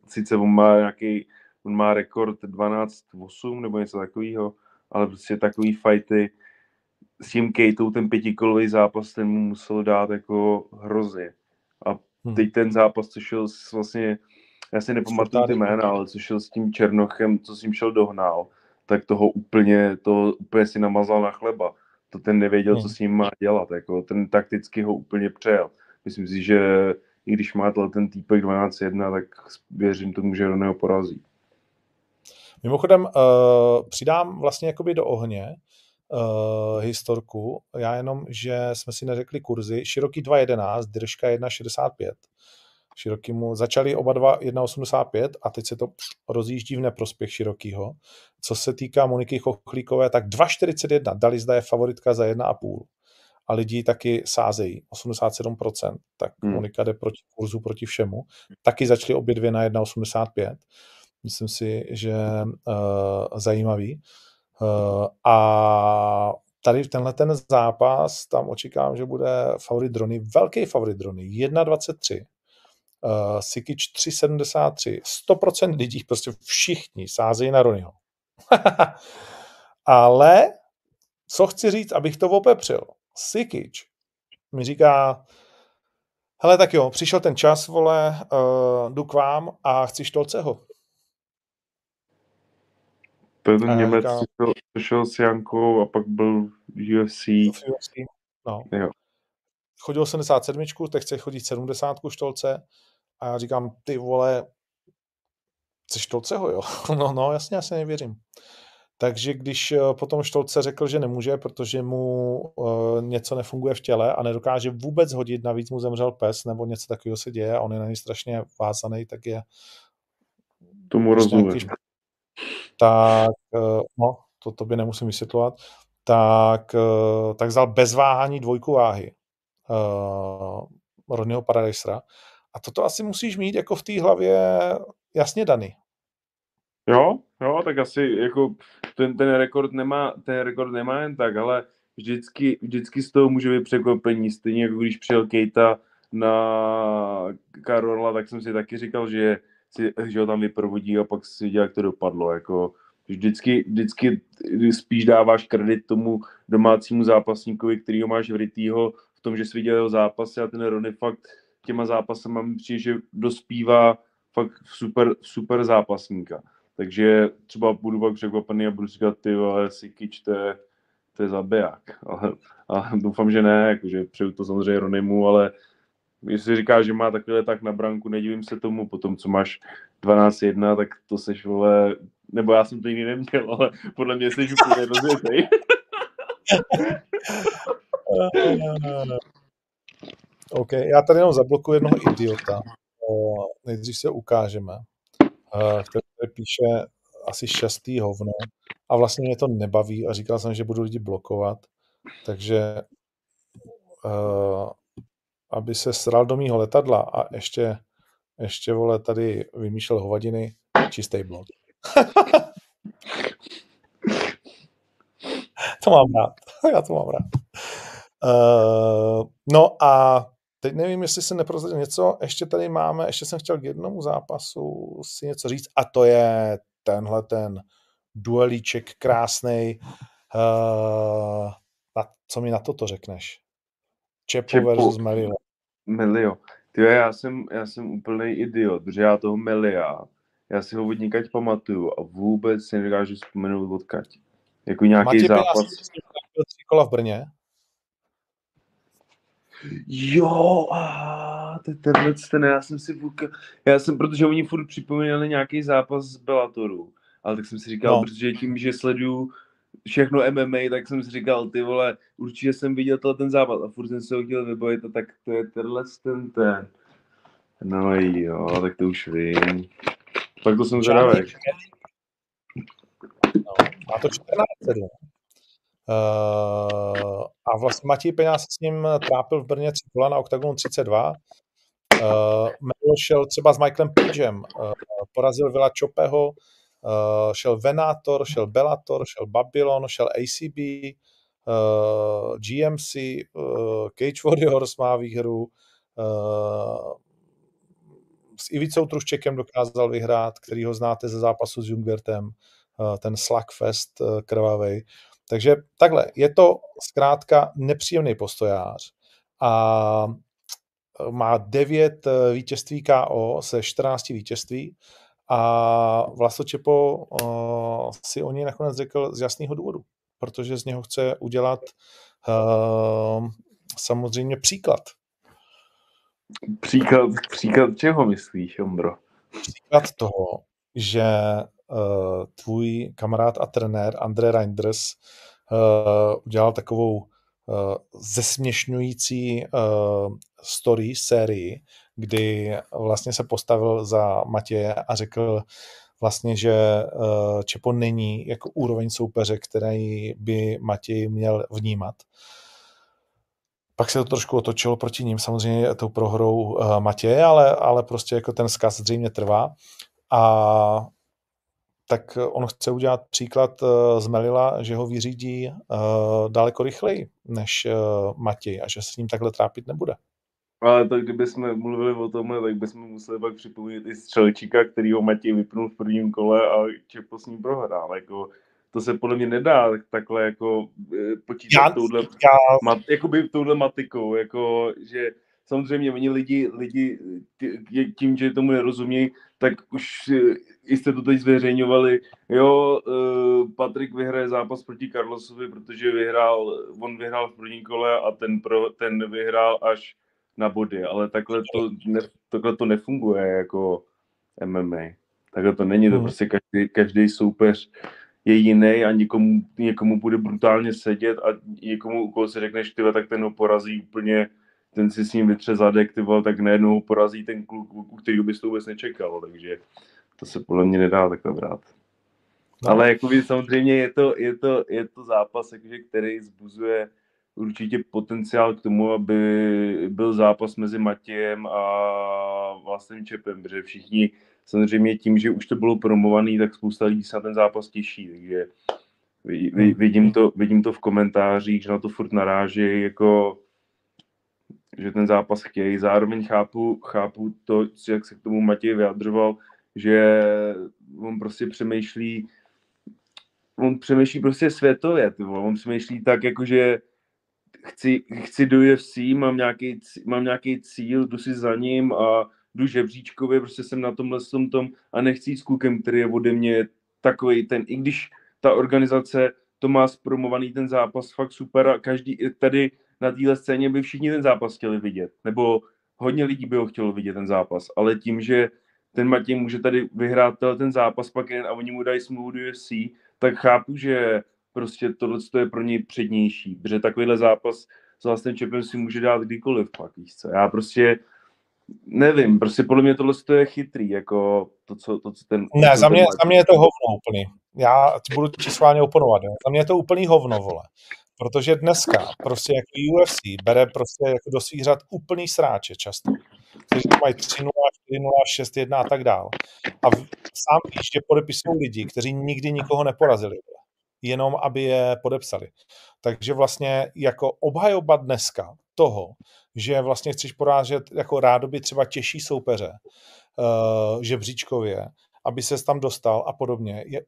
on má rekord 12-8 nebo něco takového, ale prostě takový fighty s tím Kejtou, ten 5kolový zápas, ten mu musel dát jako hrozně. A teď ten zápas, co šel vlastně, já si nepamatuju ty jména, ale co šel s tím Černochem, co s ním šel dohnal, tak toho úplně si namazal na chleba. To ten nevěděl, co s ním má dělat. Jako, ten takticky ho úplně přejel. Myslím si, že i když má ten týpek 12-1, tak věřím tomu, že Ronnyho porazí. Mimochodem, přidám vlastně jakoby do ohně historku. Já jenom, že jsme si neřekli kurzy. Široký 2,11, Držka 1,65. Širokýmu začali oba dva 1,85 a teď se to rozjíždí v neprospěch Širokýho. Co se týká Moniky Chochlíkové, tak 2,41. Dalizda je favoritka za 1,5. a lidi taky sázejí, 87%, tak Monika jde proti kurzu, proti všemu. Taky začaly obě dvě na 1,85. Myslím si, že zajímavý. A tady tenhle ten zápas, tam očekávám, že bude favorit Drony, velký favorit Drony, 1,23. Sikic 3,73. 100% lidí, prostě všichni sázejí na Ronnyho. Ale co chci říct, abych to opepřil. Sikic mi říká, hele, tak jo, přišel ten čas, vole, jdu k vám a chci Štolceho. To je ten Němec, co šel s Jankou a pak byl UFC. No. Jo. Chodil 77, teď chce chodit 70 Štolce a já říkám, ty vole, chceš Štolceho, jo? No, jasně, já se nevěřím. Takže když potom Štolce řekl, že nemůže, protože mu něco nefunguje v těle a nedokáže vůbec hodit, navíc mu zemřel pes, nebo něco takového se děje a on je na něj strašně vázaný, tak je... Tomu rozumím. Tak, no, to tobě nemusím vysvětlovat, tak vzal bez váhání 2 váhy Ronnyho Paradisera. A toto asi musíš mít jako v té hlavě jasně daný. Jo, tak asi jako ten rekord nemá jen tak, ale vždycky z toho může být překvapení. Stejně jako když přijel Keita na Karola, tak jsem si taky říkal, že ho tam vyprovodí a pak si viděl, jak to dopadlo. Jako vždycky spíš dáváš kredit tomu domácímu zápasníkovi, kterýho máš vrytýho v tom, že jsi viděl jeho zápasy a ten Ronny fakt těma zápasama mi přijde, že dospívá fakt super zápasníka. Takže třeba budu pak překvapený a budu říkat, ty vole, Sikic, to je zabiják. Ale doufám, že ne, jakože přeju to samozřejmě Ronnymu, ale jestli říkáš, že má takovýhle tak na branku, nedivím se tomu, potom co máš 12-1, tak to seš, vole, nebo já jsem to nikdy neměl, ale podle mě seš úplně rozjetej. OK, já tady jenom zablokuji jednoho idiota. Nejdřív se ukážeme. Který píše asi 6. hovno a vlastně mě to nebaví a říkal jsem, že budu lidi blokovat, takže aby se sral do mýho letadla a ještě vole tady vymýšlel hovadiny, čistý blok. To mám rád. Já to mám rád. No a teď nevím, jestli se neprozradil něco. Ještě tady máme, ještě jsem chtěl k jednomu zápasu si něco říct a to je tenhle ten duelíček krásnej. Co mi na toto řekneš? Čepo versus Melio. Tyjo, já jsem úplnej idiot, protože já toho Melia, já si ho od někať pamatuju a vůbec si nedokážu vzpomenout odkud. Jako nějaký zápas. Byl 3 kola v Brně. Jo, já jsem, protože oni furt připomínali nějaký zápas z Bellatoru, ale tak jsem si říkal, protože tím, že sleduju všechno MMA, tak jsem si říkal, ty vole, určitě jsem viděl ten zápas a furt jsem se ho chtěl vybavit a tak to je ten. No jo, tak to už vím. Tak to jsem zvědavý. No, má to 14-7. A vlastně Matěj Peňáz s ním trápil v Brně 3 kola na OKTAGONu 32. Melo šel třeba s Michaelem Pagem, porazil Vila Chopeho, šel Venator, šel Bellator, šel Babylon, šel ACB, GMC, Cage Warriors má výhru, s Ivicou Truščekem dokázal vyhrát, který ho znáte ze zápasu s Jungwirtem, ten Slugfest krvavej. Takže takhle, je to zkrátka nepříjemný postojář a má 9 vítězství KO se 14 vítězství a Vlasto Čepo si o něj nakonec řekl z jasného důvodu, protože z něho chce udělat samozřejmě příklad. Příklad čeho myslíš, Ondro? Příklad toho, že tvůj kamarád a trenér André Reinders udělal takovou zesměšňující sérii, kdy vlastně se postavil za Matěje a řekl vlastně, že Čepo není jako úroveň soupeře, který by Matěj měl vnímat. Pak se to trošku otočilo proti ním, samozřejmě tou prohrou Matěje, ale prostě jako ten vzkaz zřejmě trvá. A tak on chce udělat příklad z Melila, že ho vyřídí daleko rychleji než Matěj a že se s ním takhle trápit nebude. Ale tak kdybychom mluvili o tomhle, tak bychom museli pak připomínat i Střelčíka, kterýho Matěj vypnul v prvním kole a Čepo s ním prohrál. Jako, to se podle mě nedá takhle jako počítat touhle matikou. Jako, že samozřejmě oni lidi tím, že tomu nerozumějí, tak už jste to teď zveřejňovali. Jo, Patrik vyhraje zápas proti Carlosovi, protože on vyhrál v prvním kole a ten vyhrál až na body, ale takhle to nefunguje jako MMA. Takhle to není, to prostě každý soupeř je jiný a někomu bude brutálně sedět a někomu, u koho si řekneš, tyhle, tak ten ho porazí úplně, ten si s ním vytře zadek, tyhle, tak najednou ho porazí ten kluk, u kterého bys to vůbec nečekal, takže to se podle mě nedá takhle brát. No. Ale jako samozřejmě je to zápas, jakože, který zbuzuje určitě potenciál k tomu, aby byl zápas mezi Matějem a Vlastem Čepem, protože všichni samozřejmě tím, že už to bylo promovaný, tak spousta lidí se na ten zápas těší, takže vidím to v komentářích, že na to furt narážejí, jako, že ten zápas chtějí. Zároveň chápu to, jak se k tomu Matěj vyjadřoval, že on prostě přemýšlí prostě světově, on přemýšlí tak, jakože chci do UFC, mám nějaký cíl, jdu si za ním a jdu žebříčkově, prostě jsem na tomhle tom a nechci jít s klukem, který je ode mě takovej ten, i když ta organizace to má zpromovaný ten zápas fakt super a každý tady na téhle scéně by všichni ten zápas chtěli vidět, nebo hodně lidí by ho chtělo vidět ten zápas, ale tím, že ten Matěj může tady vyhrát ten zápas pak jen a oni mu dají smlouvu do UFC, tak chápu, že prostě tohle je pro něj přednější, protože takovýhle zápas s Vlastem Čepem si může dát kdykoliv pak, víš co. Já prostě nevím, prostě podle mě tohle je chytrý, jako to, co ten... Ne, za mě je to hovno úplný. Já ti budu číslování oponovat, jo. Za mě je to úplný hovno, vole. Protože dneska prostě jako UFC bere prostě jako do svých řad úplný sráče často. Kteří mají 3-0, 4-0, 6-1 a tak dál. A sám víš, že podepisují lidi, kteří nikdy nikoho neporazili. Jenom aby je podepsali. Takže vlastně jako obhajoba dneska toho, že vlastně chceš porážet jako rádoby třeba těžší soupeře žebříčkově, aby ses tam dostal a podobně, je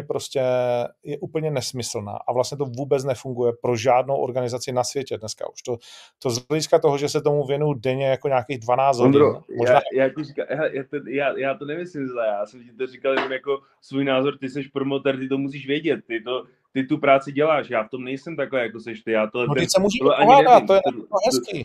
úplně nesmyslná a vlastně to vůbec nefunguje pro žádnou organizaci na světě dneska už. To z hlediska toho, že se tomu věnuju denně jako nějakých 12 hodin. Možná... Já ti říkám, já to nemyslím zle, já jsem ti to říkal jenom jako svůj názor, ty seš promotor, ty to musíš vědět, ty tu práci děláš, já v tom nejsem takhle, jako seš ty, já tohle... No teď se můžeme pohádat, to je hezký.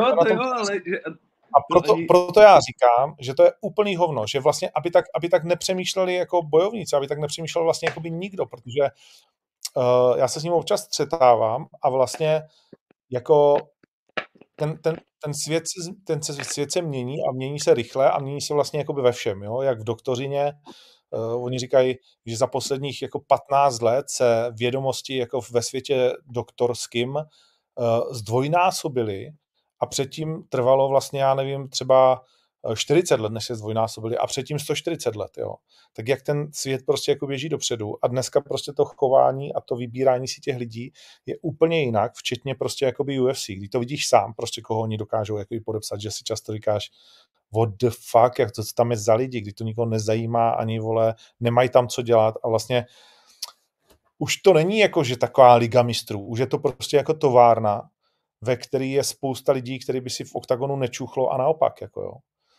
A proto já říkám, že to je úplný hovno, že vlastně, aby tak nepřemýšleli jako bojovníci, aby tak nepřemýšlel vlastně jako by nikdo, protože já se s ním občas střetávám a vlastně jako ten svět se mění a mění se rychle a mění se vlastně jako by ve všem, jo? Jak v doktorině, oni říkají, že za posledních jako 15 let se vědomosti jako ve světě doktorským zdvojnásobily a předtím trvalo vlastně, já nevím, třeba 40 let, než se zdvojnásobili a předtím 140 let, jo. Tak jak ten svět prostě jako běží dopředu a dneska prostě to chování a to vybírání si těch lidí je úplně jinak, včetně prostě jakoby UFC, kdy to vidíš sám, prostě koho oni dokážou jakoby podepsat, že si často říkáš what the fuck, jak to tam je za lidi, kdy to nikoho nezajímá ani, vole, nemají tam co dělat a vlastně už to není jako, že taková liga mistrů, už je to prostě jako továrna, ve který je spousta lidí, který by si v oktagonu nečuchlo a naopak, jako jo.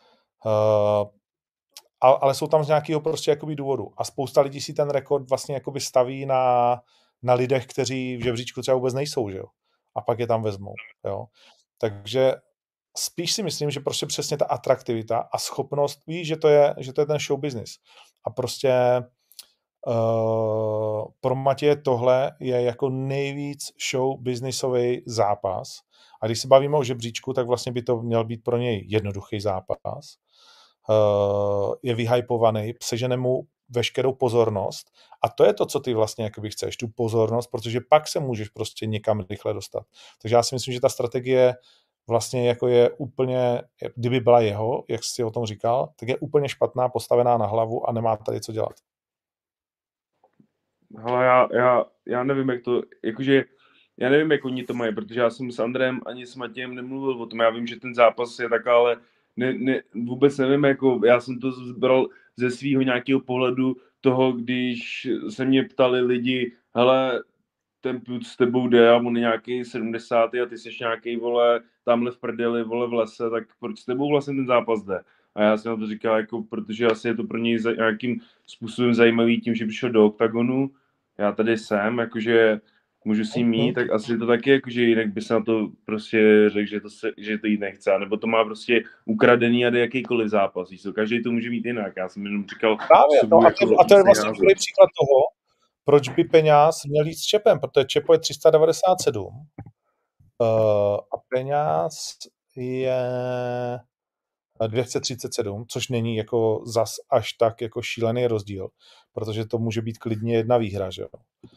Ale jsou tam z nějakého prostě jakoby důvodu a spousta lidí si ten rekord vlastně jakoby staví na lidech, kteří v žebříčku třeba vůbec nejsou, že jo. A pak je tam vezmou, jo. Takže spíš si myslím, že prostě přesně ta atraktivita a schopnost, víš, že to je ten show business. A prostě pro Matěje tohle je jako nejvíc show businessový zápas. A když se bavíme o žebříčku, tak vlastně by to měl být pro něj jednoduchý zápas. Je vyhypovaný, sežene mu veškerou pozornost a to je to, co ty vlastně jakoby chceš, tu pozornost, protože pak se můžeš prostě někam rychle dostat. Takže já si myslím, že ta strategie vlastně jako je úplně, kdyby byla jeho, jak jsi o tom říkal, tak je úplně špatná, postavená na hlavu a nemá tady co dělat. Hele, já nevím, jak to, jakože, já nevím, jak oni to mají, protože já jsem s Andrem ani s Matějem nemluvil o tom, já vím, že ten zápas je tak, ale vůbec nevím, jako, já jsem to zbral ze svého nějakého pohledu toho, když se mě ptali lidi, hele, ten půd s tebou jde a on je nějaký 70 a ty jsi nějaký, vole, tamhle v prdeli, vole, v lese, tak proč s tebou vlastně ten zápas jde? A já jsem na to říkal, jako, protože asi je to pro něj nějakým způsobem zajímavý tím, že přišel do oktagonu, já tady jsem, jakože můžu s ním mít, tak asi to taky, jakože jinak by se na to prostě řekl, že to jít nechce, nebo to má prostě ukradený a jde jakýkoliv zápas, víš co, každý to může mít jinak, já jsem jenom říkal... Právě, no, a to je vlastně příklad toho, proč by Peňáz měl jít s Čepem, protože Čepo je 397 a Peňáz je 237, což není jako zas až tak jako šílený rozdíl, protože to může být klidně jedna výhra, že jo.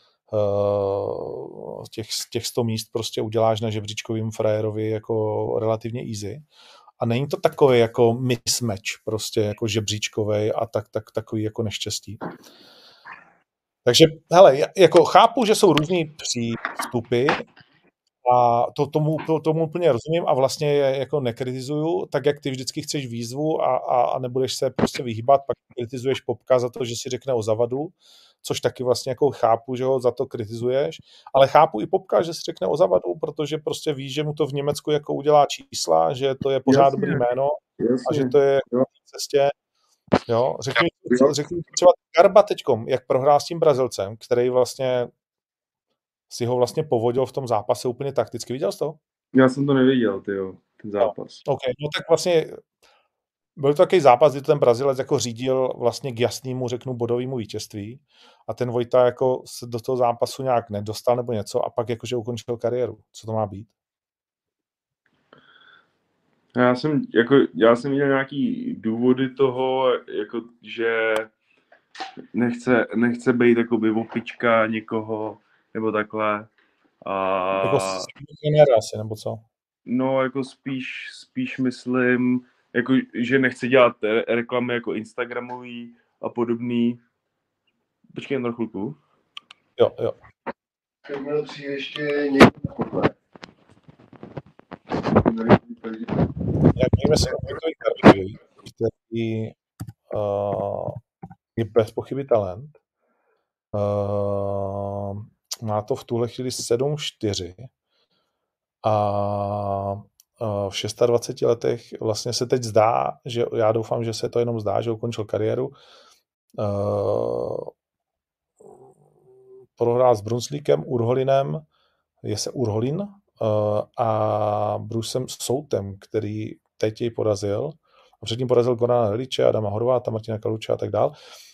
Těch 100 míst prostě uděláš na žebříčkovým frajerovi jako relativně easy. A není to takový jako mismatch, prostě jako žebříčkovej a takový jako neštěstí. Takže, hele, jako chápu, že jsou různý přístupy a tomu úplně rozumím a vlastně je jako nekritizuju, tak jak ty vždycky chceš výzvu a nebudeš se prostě vyhýbat, pak kritizuješ Popka za to, že si řekne o Zavadu, což taky vlastně jako chápu, že ho za to kritizuješ, ale chápu i Popka, že si řekne o Zavadu, protože prostě víš, že mu to v Německu jako udělá čísla, že to je pořád dobrý jméno a že to je na cestě. Jo, řekni mi třeba Garba teďkom, jak prohrál s tím Brazilcem, který vlastně si ho vlastně povodil v tom zápase úplně takticky. Viděl jsi to? Já jsem to neviděl, ten zápas. No, okay. No tak vlastně byl to takový zápas, kdy ten Brazilec jako řídil vlastně k jasnému, řeknu, bodovému vítězství a ten Vojta jako se do toho zápasu nějak nedostal nebo něco a pak jakože ukončil kariéru. Co to má být? Já jsem viděl nějaký důvody toho, jako, že nechce být jakoby opička někoho, nebo takhle. Jako trenéra asi, nebo co? No, jako spíš myslím, jako, že nechce dělat reklamy jako Instagramový a podobný. Počkej jen na chvilku. Jo. Tak měl přijít ještě někdo na pokle. Jak víme se o Vojtovi Karlíkovi, který je bez pochyby talent. Má to v tuhle chvíli 7-4 a v 26 letech vlastně se teď zdá, že já doufám, že se to jenom zdá, že ukončil kariéru. Prohrál s Brunslíkem, Urholinem, je se Urholin a Brucem Soutem, který teď jej porazil. A předtím porazil Gorana Reliče, Adama Horváta, Martina Kaluča a tak dál.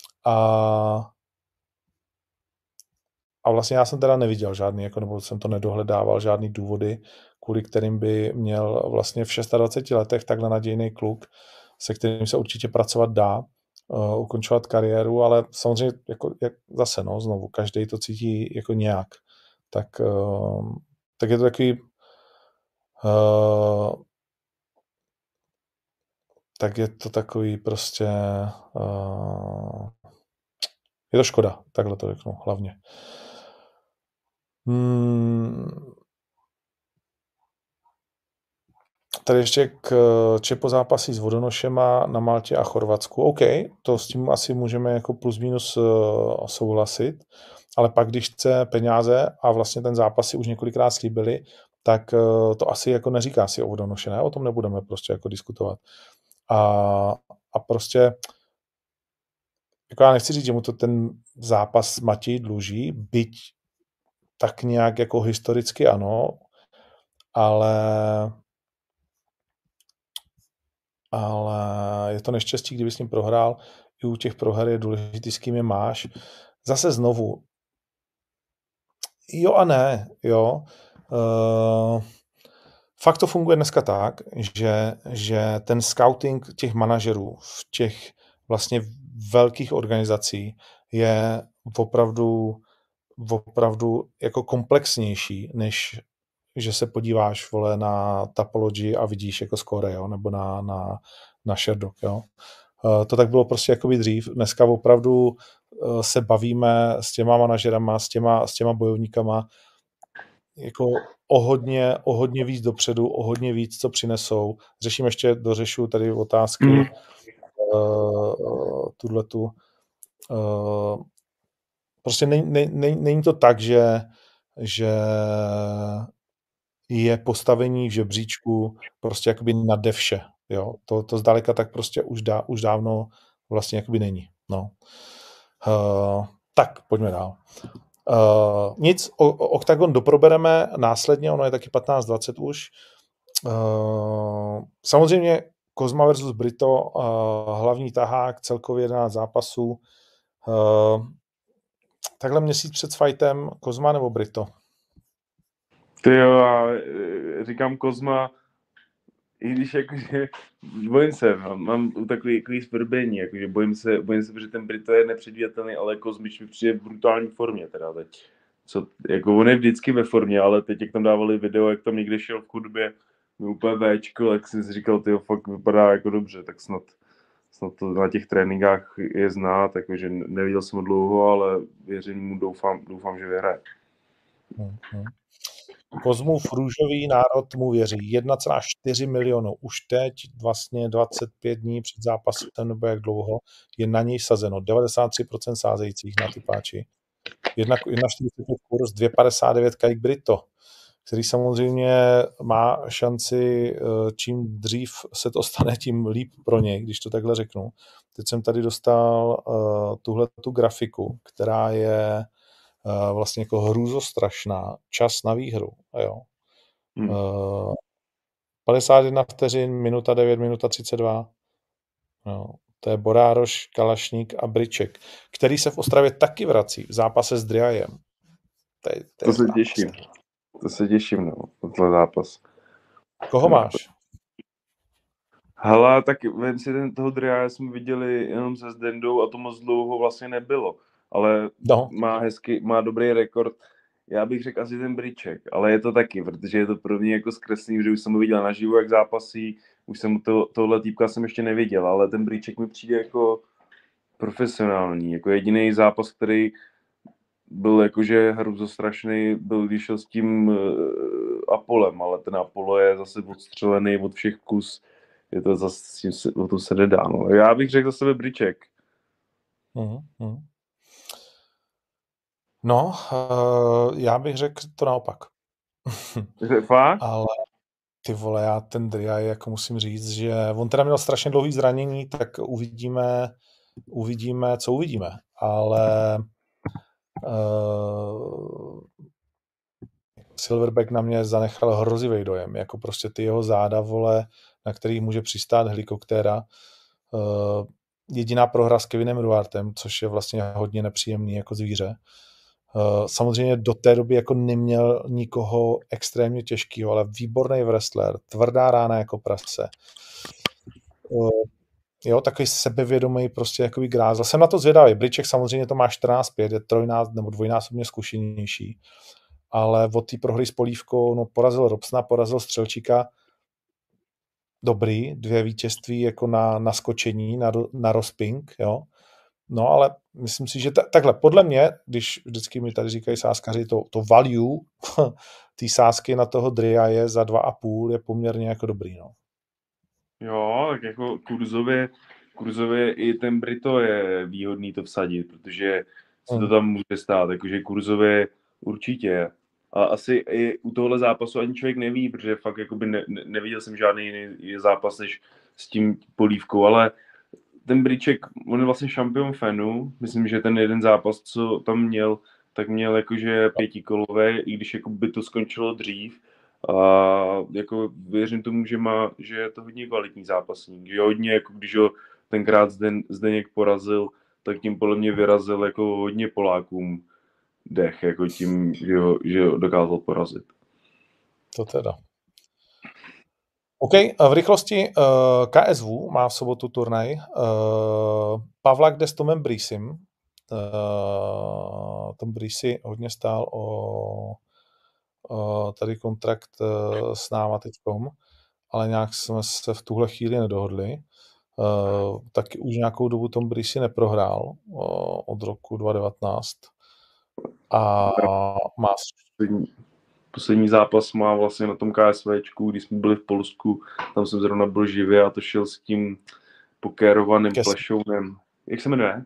A vlastně já jsem teda neviděl žádný, jako, nebo jsem to nedohledával, žádný důvody, kvůli kterým by měl vlastně v 26 letech takhle nadějný kluk, se kterým se určitě pracovat dá, ukončovat kariéru, ale samozřejmě jako, zase, no, znovu, každý to cítí jako nějak. Tak je to takový tak je to takový prostě je to škoda, takhle to řeknu hlavně. Tady ještě k Čepo zápasí s Vodonošema na Maltě a Chorvatsku. OK, to s tím asi můžeme jako plus minus souhlasit, ale pak, když chce peníze a vlastně ten zápas si už několikrát slíbili, tak to asi jako neříká si o Vodonoše, ne? O tom nebudeme prostě jako diskutovat. A prostě jako já nechci říct, že mu to ten zápas Matěj dluží, byť tak nějak jako historicky ano, ale je to neštěstí, kdyby s ním prohrál. I u těch proher je důležitý, s kým je máš. Zase znovu. Jo a ne, jo. Fakt to funguje dneska tak, že ten scouting těch manažerů v těch vlastně velkých organizací je opravdu jako komplexnější, než že se podíváš, vole, na Tapology a vidíš jako skóre, jo, nebo na Sherdog, jo. To tak bylo prostě jakoby dřív. Dneska opravdu se bavíme s těma manažerama, s těma bojovníkama jako o hodně víc dopředu, o hodně víc, co přinesou. Dořešu tady otázky tuhletu. Prostě není to tak, že je postavení v žebříčku prostě jakoby nade vše. Jo? To zdaleka tak prostě už dávno vlastně jakoby není. No. Tak, pojďme dál. Nic, Octagon doprobereme následně, ono je taky 15:20 už. Samozřejmě Kozma versus Brito, hlavní tahák, celkově 11 zápasů. Takhle měsíc před fightem Kozma nebo Brito? Ty jo, a říkám Kozma, i když jakože bojím se, mám takový svrbení, jakože bojím se, protože ten Brito je nepředvídatelný, ale Kozmič mi přijde v brutální formě teda teď. Jako on je vždycky ve formě, ale teď jak tam dávali video, jak tam někde šel v chudbě, úplně véčko, tak jsem si říkal, tyjo, fakt vypadá jako dobře, tak snad to na těch tréninkách je znát, takže neviděl jsem ho dlouho, ale věřím mu, doufám, že vyhraje. Kozmův růžový národ mu věří. 1,4 milionu. Už teď, vlastně 25 dní před zápasem, nebo jak dlouho, je na něj sazeno. 93% sázejících na typáči. 1,45 kurz, 2,59 Kajk Brito, který samozřejmě má šanci, čím dřív se to stane, tím líp pro něj, když to takhle řeknu. Teď jsem tady dostal tuhletu grafiku, která je vlastně jako hrůzostrašná. Čas na výhru. Jo. 51 vteřin, minuta 9, minuta 32. Jo. To je Borároš, Kalašník a Briček, který se v Ostravě taky vrací v zápase s Driajem. To se těším, no, tenhle zápas. Koho máš? Hele, tak vem si toho Driaje jsme viděli jenom se Zdendou a to moc dlouho vlastně nebylo. Ale má dobrý rekord. Já bych řekl asi ten Briček, ale je to taky, protože je to pro mě jako zkresný, že už jsem ho viděl naživu, jak zápasí, už jsem tohle týpka jsem ještě neviděl, ale ten Briček mi přijde jako profesionální, jako jediný zápas, který byl jakože hrůzostrašný, byl když šel s tím Apolem, ale ten Apollo je zase odstřelený od všech kus, je to zase, o to se nedá, no. Já bych řekl za sebe Briček. No, já bych řekl to naopak. Fakt? Ale ty vole, já ten Driaj, jako musím říct, že on teda měl strašně dlouhý zranění, tak uvidíme, co uvidíme. Ale Silverback na mě zanechal hrozivý dojem, jako prostě ty jeho záda, vole, na kterých může přistát helikoptéra. Jediná prohra s Kevinem Ruartem, což je vlastně hodně nepříjemný jako zvíře. Samozřejmě do té doby jako neměl nikoho extrémně těžkýho, ale výborný wrestler, tvrdá rána jako prase. Jo, takový sebevědomý prostě jakoby grázel. Jsem na to zvědavý. Briček samozřejmě to má 14,5, je nebo dvojnásobně zkušenější. Ale od té prohry s Polívkou, no porazil Robsona, porazil Střelčíka. Dobrý, 2 vítězství jako na naskočení, na rozping, jo. No, ale myslím si, že takhle, podle mě, když vždycky mi tady říkají sázkaři, to value té sázky na toho Driaje za 2,5 je poměrně jako dobrý, no. Jo, tak jako kurzově i ten Brito je výhodný to vsadit, protože se to tam může stát, jakože kurzově určitě. A asi i u tohle zápasu ani člověk neví, protože fakt jakoby neviděl jsem žádný jiný zápas než s tím Polívkou, ale ten Briček, on je vlastně šampion fanu, myslím, že ten jeden zápas, co tam měl, tak měl jakože 5kolové, i když jako by to skončilo dřív. A jako věřím tomu, že je to hodně kvalitní zápasník, že hodně, jako když ho tenkrát Zdeněk porazil, tak tím podle mě vyrazil jako hodně Polákům dech, jako tím, že ho dokázal porazit. To teda. OK, v rychlosti KSV má v sobotu turnaj. Pavlak jde s Tomem Briesim. Tom Briesi hodně stál o tady kontrakt s náma teďkom, ale nějak jsme se v tuhle chvíli nedohodli. Taky už nějakou dobu Tom Briesi neprohrál od roku 2019 a má Poslední zápas má vlastně na tom KSVčku, když jsme byli v Polsku, tam jsem zrovna byl živě a to šel s tím pokérovaným plešounem. Jak se jmenuje?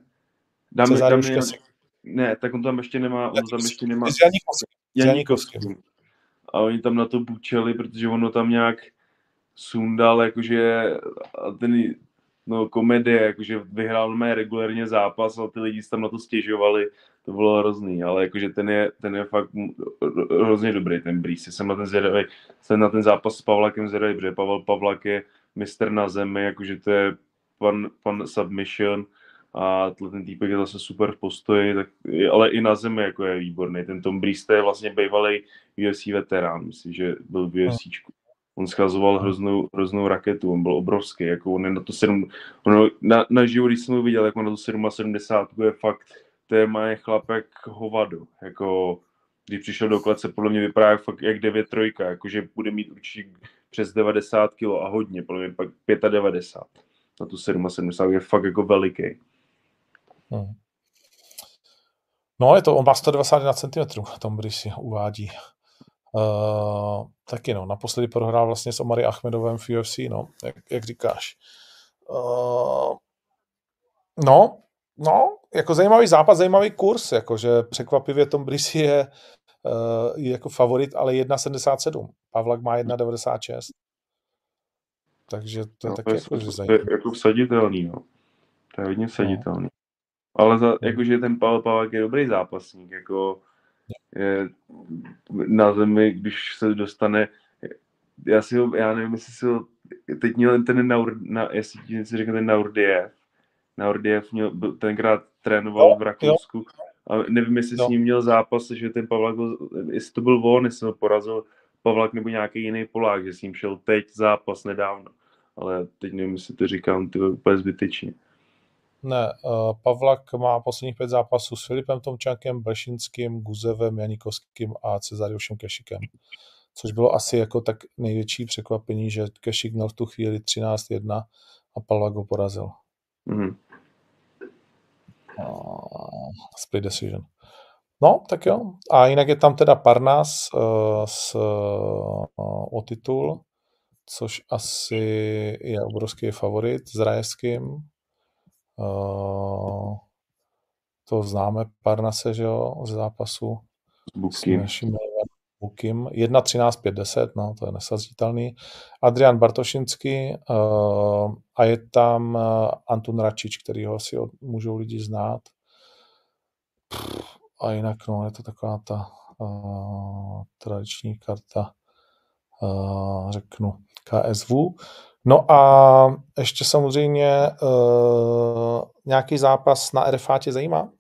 Ne, tak on tam ještě nemá. S Janíkovským. A oni tam na to bučeli, protože ono tam nějak sundal, jakože ten komedie, jakože vyhrál mé regulérně zápas a ty lidi tam na to stěžovali, to bylo hrozný, ale jakože ten je fakt hrozně dobrý, ten Briesi. Jsem na ten zápas s Pavlakem zvědavý, protože Pavel Pavlak je mistr na zemi, jakože to je pan submission a ten týpek je zase super v postoji, tak, ale i na zemi jako je výborný. Ten Tom Briesi je vlastně bývalý UFC veterán, myslím, že byl v UFCčku. On schazoval hroznou raketu, on byl obrovský, jako on je na to na život, když jsem ho viděl, jako na to 77, je fakt, to je má chlapek hovado, jako když přišel do klece, podle mě vypadá fakt jak 9-3, jakože bude mít určitě přes 90 kg a hodně, podle mě pak 95, na tu 77, je fakt jako veliký. No, je to, on má 191 cm, Tom Briesi uvádí. Taky no, naposledy prohrál vlastně s Omari Achmedovem v UFC, no, jak říkáš. No, jako zajímavý zápas, zajímavý kurz, jakože překvapivě Tom Briesi je jako favorit, ale 1,77. Pavlak má 1,96. Takže to je taky jako zajímavé. To je jako vsaditelný, no. To je hodně vsaditelný. Ale jakože ten Pavel Pavlak je dobrý zápasník, jako je na zemi, když se dostane, já nevím, jestli si ho, teď měl ten jestli si řekl ten Naurdiev měl, tenkrát trénoval v Rakousku, a nevím, jestli s ním měl zápas, že ten Pavlak, jestli to byl on, jestli ho porazil Pavlak nebo nějaký jiný Polák, že s ním šel teď zápas nedávno, ale teď nevím, jestli to říkám úplně zbytečně. Ne, Pavlak má posledních 5 zápasů s Filipem Tomčákem, Blešinským, Guzevem, Janíkovským a Cezariušem Kešikem. Což bylo asi jako tak největší překvapení, že Kešik měl v tu chvíli 13-1 a Pavlak ho porazil. Split decision. No, tak jo. A jinak je tam teda Parnas o titul, což asi je obrovský favorit s Rajevským. To známe Parnase, že jo, ze zápasu s naším Bukim. 1.13.510, no, to je nesazitelný. Adrian Bartošinský a je tam Antun Račič, kterýho si můžou lidi znát. A jinak, no, je to taková ta tradiční karta, řeknu, KSV. No a ještě samozřejmě nějaký zápas na RFA tě zajímá?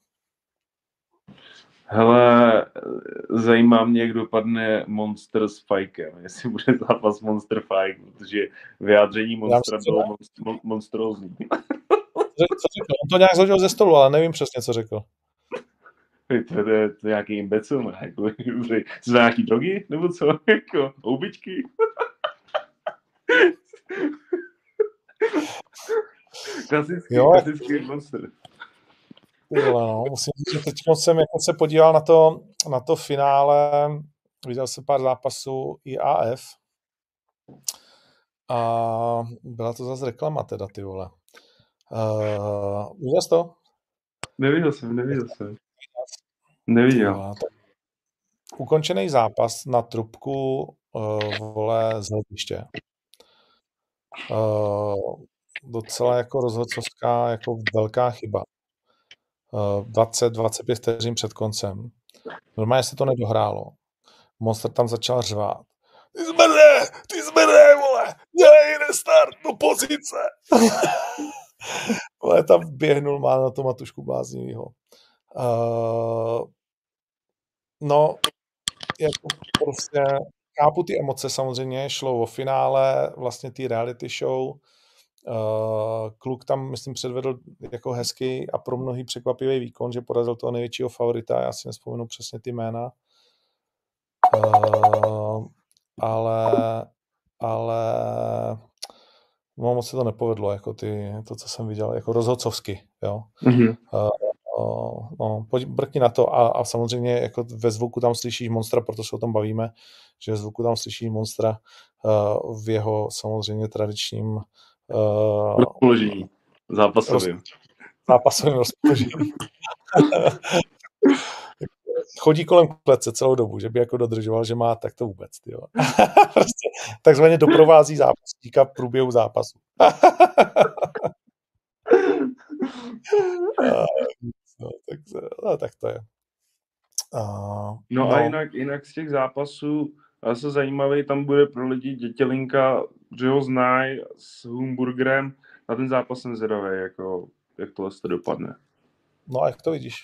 Hele, zajímá mě, jak dopadne Monster s Fajkem, jestli bude zápas Monster Fajk, protože vyjádření Monstra bylo monstrózní. Co řekl? On to nějak zhodil ze stolu, ale nevím přesně, co řekl. To je nějaký imbecil, ne? Jako, jsou nějaký drogy, nebo co? Jako, houbičky? klasický monster. No, musím říct, že teď jsem jako se podíval na to finále, viděl jsem pár zápasů IAF a byla to zase reklama teda, ty vole. Viděl jsi to? Neviděl jsem. Neviděl. Ukončený zápas na trubku, vole, z hlediště. Docela jako rozhodcovská, jako velká chyba. 20-25 vteřin před koncem. Normálně se to nedohrálo. Monster tam začal řvát. Ty zmrde, vole, dělej restart do pozice. Ale tam běhnul, má na to Matušku bláznivýho. No, jako prostě chápu ty emoce samozřejmě, šlo o finále vlastně té reality show. Kluk tam, myslím, předvedl jako hezký a pro mnohý překvapivý výkon, že porazil toho největšího favorita, já si nespomenu přesně ty jména. Ale no, moc se to nepovedlo, jako to, co jsem viděl, jako rozhodcovsky, jo. Mhm. No, brkni na to a samozřejmě jako ve zvuku tam slyšíš monstra, proto se o tom bavíme, že ve zvuku tam slyšíš monstra v jeho samozřejmě tradičním Rozpoložení zápasovým. zápasovým rozpoložení. Chodí kolem klece celou dobu, že by jako dodržoval, že má, tak to vůbec. Tyjo. Prostě takzvaně doprovází zápasníka v průběhu zápasu. Tak to je. No a jinak z těch zápasů zase zajímavý tam bude pro lidi Dětělinka, že ho znají s Humburgerem. Na ten zápas jsem zvědavý, jako, jak tohle to dopadne. No a jak to vidíš?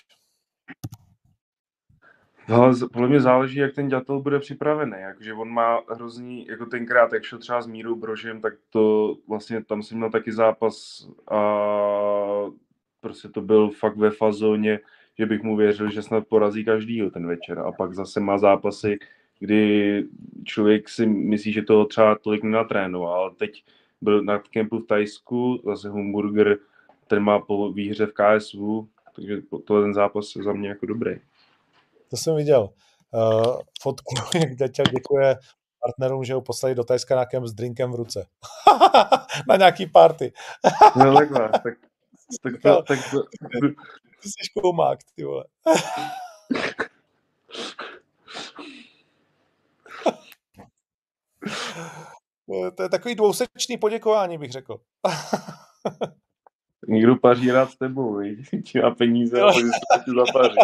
Ale podle mě záleží, jak ten Ďatel bude připravený. Jakože on má hrozný, jako tenkrát, jak šel třeba s Mírou Brožem, tak to vlastně tam jsem měl taky zápas a prostě to byl fakt ve fazóně, že bych mu věřil, že snad porazí každýho ten večer. A pak zase má zápasy, kdy člověk si myslí, že toho třeba tolik nenatrénoval, ale teď byl na kempu v Thajsku, zase Humburger, ten má po výhře v KSV, takže tohle ten zápas je za mě jako dobrý. To jsem viděl. Fotku, jak Ďaťa děkuje partnerům, že ho poslali do Thajska na kemp s drinkem v ruce. Na nějaký party. No takhle, tak to... Ty jsi koumák, ty vole. To je takový dvousečný poděkování, bych řekl. Někdo paří rád s tebou, viď? Ti má peníze a takže se zapaří.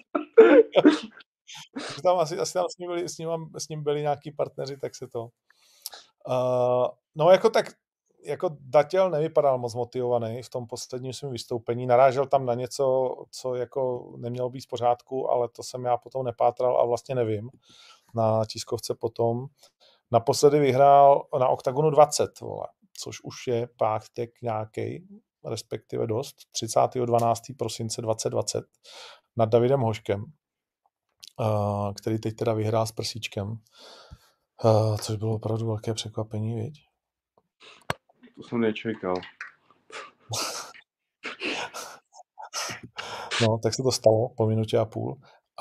Tam asi tam s ním byli nějaký partneři, tak se to... No jako tak, jako Datěl nevypadal moc motivovaný v tom posledním svém vystoupení. Narážel tam na něco, co jako nemělo být v pořádku, ale to jsem já potom nepátral a vlastně nevím. Na tiskovce potom. Naposledy vyhrál na Oktagonu 20, vole, což už je pátek nějaký, respektive dost, 30.12. prosince 2020 nad Davidem Hoškem, který teď teda vyhrál s Prsíčkem, což bylo opravdu velké překvapení, viď? To jsem nečekal. No, tak se to stalo po minutě a půl.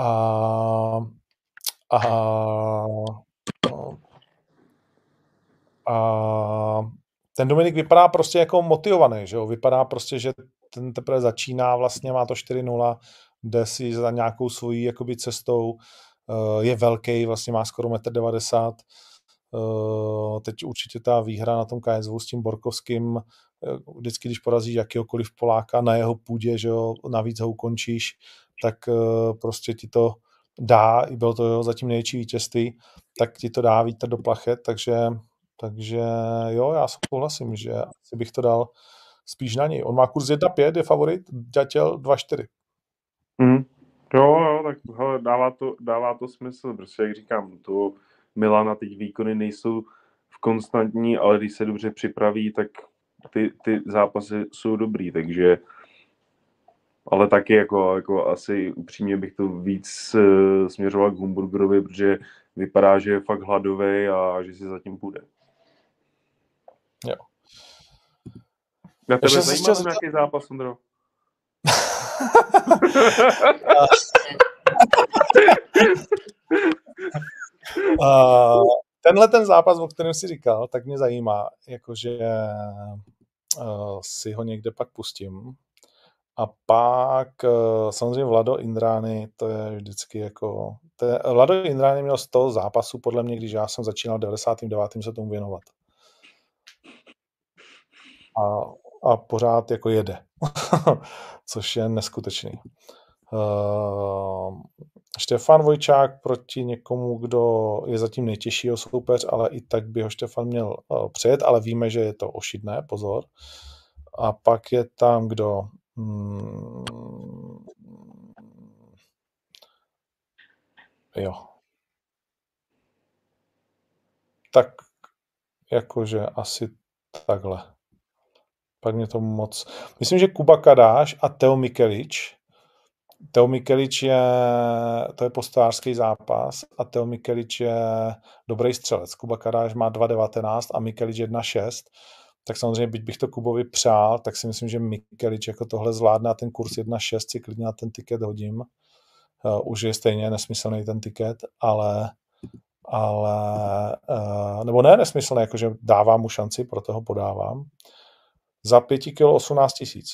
A ten Dominik vypadá prostě jako motivovaný, že jo? Vypadá prostě, že ten teprve začíná, vlastně má to 4-0, jde si za nějakou svojí jakoby cestou, je velký, vlastně má skoro 1,90 m. Teď určitě ta výhra na tom KSV s tím Borkovským, vždycky, když porazíš jakýhokoliv Poláka na jeho půdě, že jo, navíc ho ukončíš, tak prostě ti to dá, i bylo to zatím největší vítězství, tak ti to dá vítr do plachet, takže jo, já souhlasím, že asi bych to dal spíš na něj. On má kurz 1,5, je favorit, Ďatěl 2,4. Jo, tak hele, dává to smysl, prostě jak říkám, to Milana teď výkony nejsou v konstantní, ale když se dobře připraví, tak ty zápasy jsou dobrý, takže ale taky jako asi upřímně bych to víc směřoval k Humburgerovi, protože vypadá, že je fakt hladový a že si zatím půjde. Jo. Na tebe zajímá nějaký zápas, Ondro? Tenhle ten zápas, o kterém si říkal, tak mě zajímá, jakože si ho někde pak pustím. A pak samozřejmě Vlado Indrány, to je vždycky jako... Vlado Indrány měl 100 zápasů, podle mě, když já jsem začínal 99. se tomu věnovat. A pořád jako jede. Což je neskutečný. Štefan Vojčák proti někomu, kdo je zatím nejtěžšího soupeř, ale i tak by ho Štefan měl přejet, ale víme, že je to ošidné, pozor. A pak je tam kdo... Jo. tak jakože asi takhle. Pak mě to moc... Myslím, že Kuba Kadáš a Teo Mikelič. Teo Mikelič to je postojářský zápas a Teo Mikelič je dobrý střelec. Kuba Kadáš má 2,19 a Mikelič 1,6. Tak samozřejmě, byť bych to Kubovi přál, tak si myslím, že Mikelič jako tohle zvládne a ten kurz 1,6 si klidně na ten tiket hodím. Už je stejně nesmyslný ten tiket, ale nebo ne nesmyslný, jakože dávám mu šanci, proto ho podávám. Za 5 kg 18 000.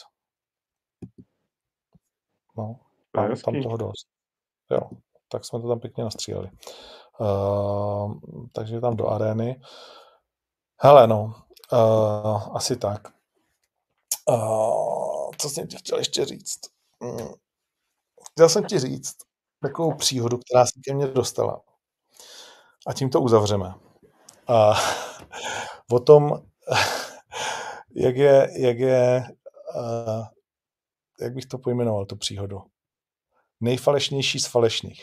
No, mám tam toho dost. Jo, tak jsme to tam pěkně nastříleli. Takže tam do arény. Hele, no, asi tak. Co jsem ti chtěl ještě říct? Chtěl jsem ti říct takovou příhodu, která se ke mně dostala. A tím to uzavřeme. O tom, jak bych to pojmenoval, tu příhodu. Nejfalešnější z falešných.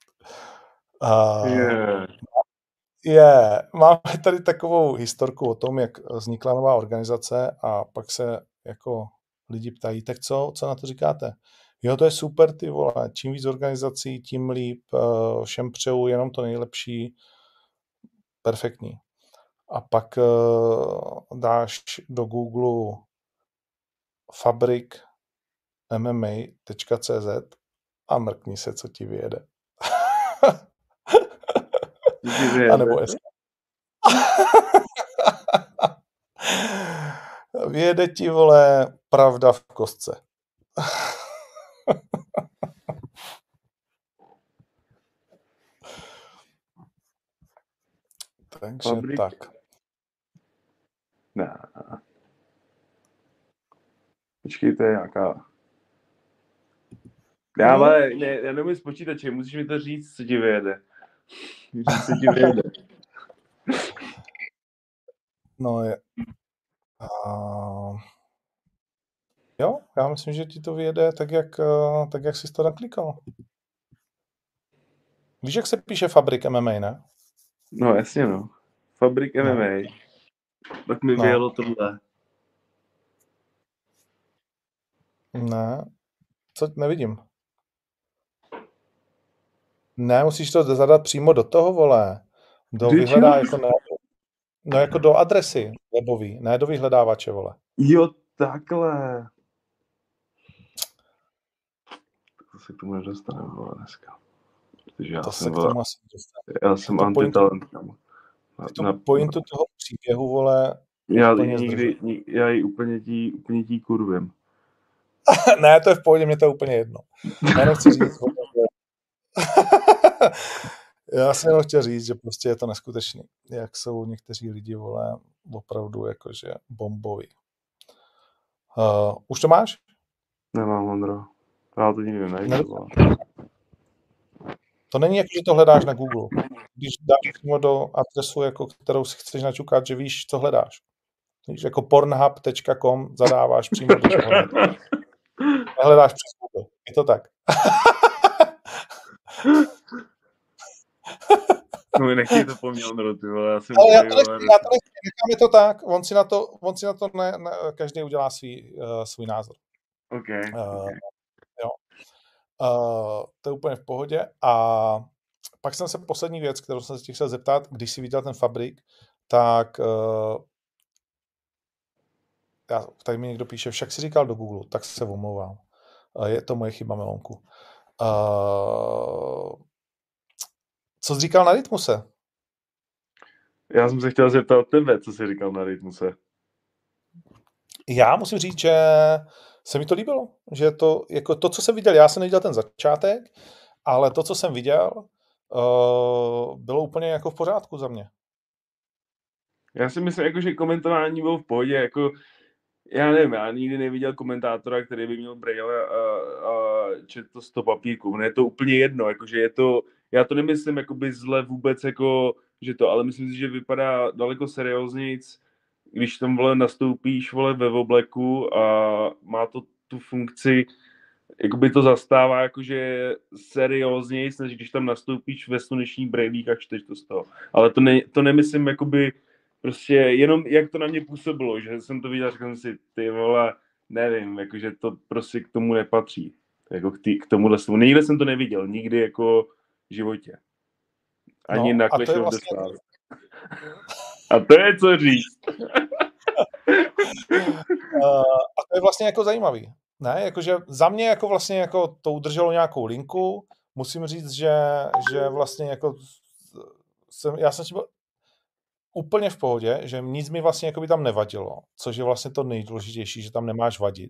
Máme tady takovou historku o tom, jak vznikla nová organizace a pak se jako lidi ptají, tak co na to říkáte? Jo, to je super, ty vole, čím víc organizací, tím líp, všem přeju jenom to nejlepší, perfektní. A pak dáš do Google fabrikmma.cz a mrkni se, co ti vyjede. A nebo vyjede ti, vole, pravda v kostce. Takže Fabrik. tak. Ne. Počkej, to je nějaká... Já nemůžu s počítačem, musíš mi to říct, co ti vyjede. Co ti vyjede. No je... Jo, já myslím, že ti to vyjede tak, jak jsi to naklikal. Víš, jak se píše Fabrik MMA, ne? No, jasně, no. Fabrik MMA. Tak mi vyjelo tohle. Ne, co nevidím. Ne, musíš to zadat přímo do toho, vole. Do vyhledá jako no jako do adresy webový, ne do vyhledávače, vole. Jo, takhle. To se k tomu nedostaneme, vole, dneska. Protože já jsem antitalent. Na pointu toho příběhu, vole, já ji úplně tí kurvím. Ne, to je v pohodě, mě to je úplně jedno. Já jenom chci říct, já jsem jenom chtěl říct, že prostě je to neskutečný, jak jsou někteří lidi, vole, opravdu jakože bomboví. Už to máš? Nemám, Ondro. Já to nikdy najdu. To není jako, že to hledáš na Google. Když dáš přímo do adresu, jako kterou si chceš načukat, že víš, co hledáš. Víš, jako pornhub.com zadáváš přímo do toho. Hledáš přes Google. Je to tak. No mi nechtěj to poměl, Ondro, ty vole. Já to necháme to tak. On si na to každý udělá svůj názor. Okay. Jo. To je úplně v pohodě. A pak jsem se poslední věc, kterou jsem se chtěl zeptat, když jsi viděl ten Fabrik, tak tady mi někdo píše, však si říkal do Google, tak se omlouvám. Je to moje chyba, Melonku. Co jsi říkal na Rytmuse? Já jsem se chtěl zeptat tebe, co jsi říkal na Rytmuse. Já musím říct, že se mi to líbilo. Že to, jako to, co jsem viděl, já jsem neviděl ten začátek, ale to, co jsem viděl, bylo úplně jako v pořádku za mě. Já si myslím, jako, že komentování bylo v pohodě, jako já nevím, já nikdy neviděl komentátora, který by měl brejle a četl to 100 papírků. Mně je to úplně jedno, jakože je to, já to nemyslím jakoby zle vůbec, jako, že to, ale myslím si, že vypadá daleko serióznějc, když tam, vole, nastoupíš, vole, ve obleku a má to tu funkci jakoby to zastává jakože seriózněji, než když tam nastoupíš ve slunečních brejlích a čteš to z toho. Ale to nemyslím jakoby prostě jenom jak to na mě působilo, že jsem to viděl a řekl jsem si, ty vole, nevím, jakože to prostě k tomu nepatří. Jako k tomuhle slovu. Nikde jsem to neviděl, nikdy jako v životě. Ani na Clash of the Stars. A to je co říct. A to je vlastně jako zajímavý. Ne, jakože za mě jako vlastně jako to udrželo nějakou linku. Musím říct, že vlastně jako já jsem byl úplně v pohodě, že nic mi vlastně jako by tam nevadilo, což je vlastně to nejdůležitější, že tam nemáš vadit.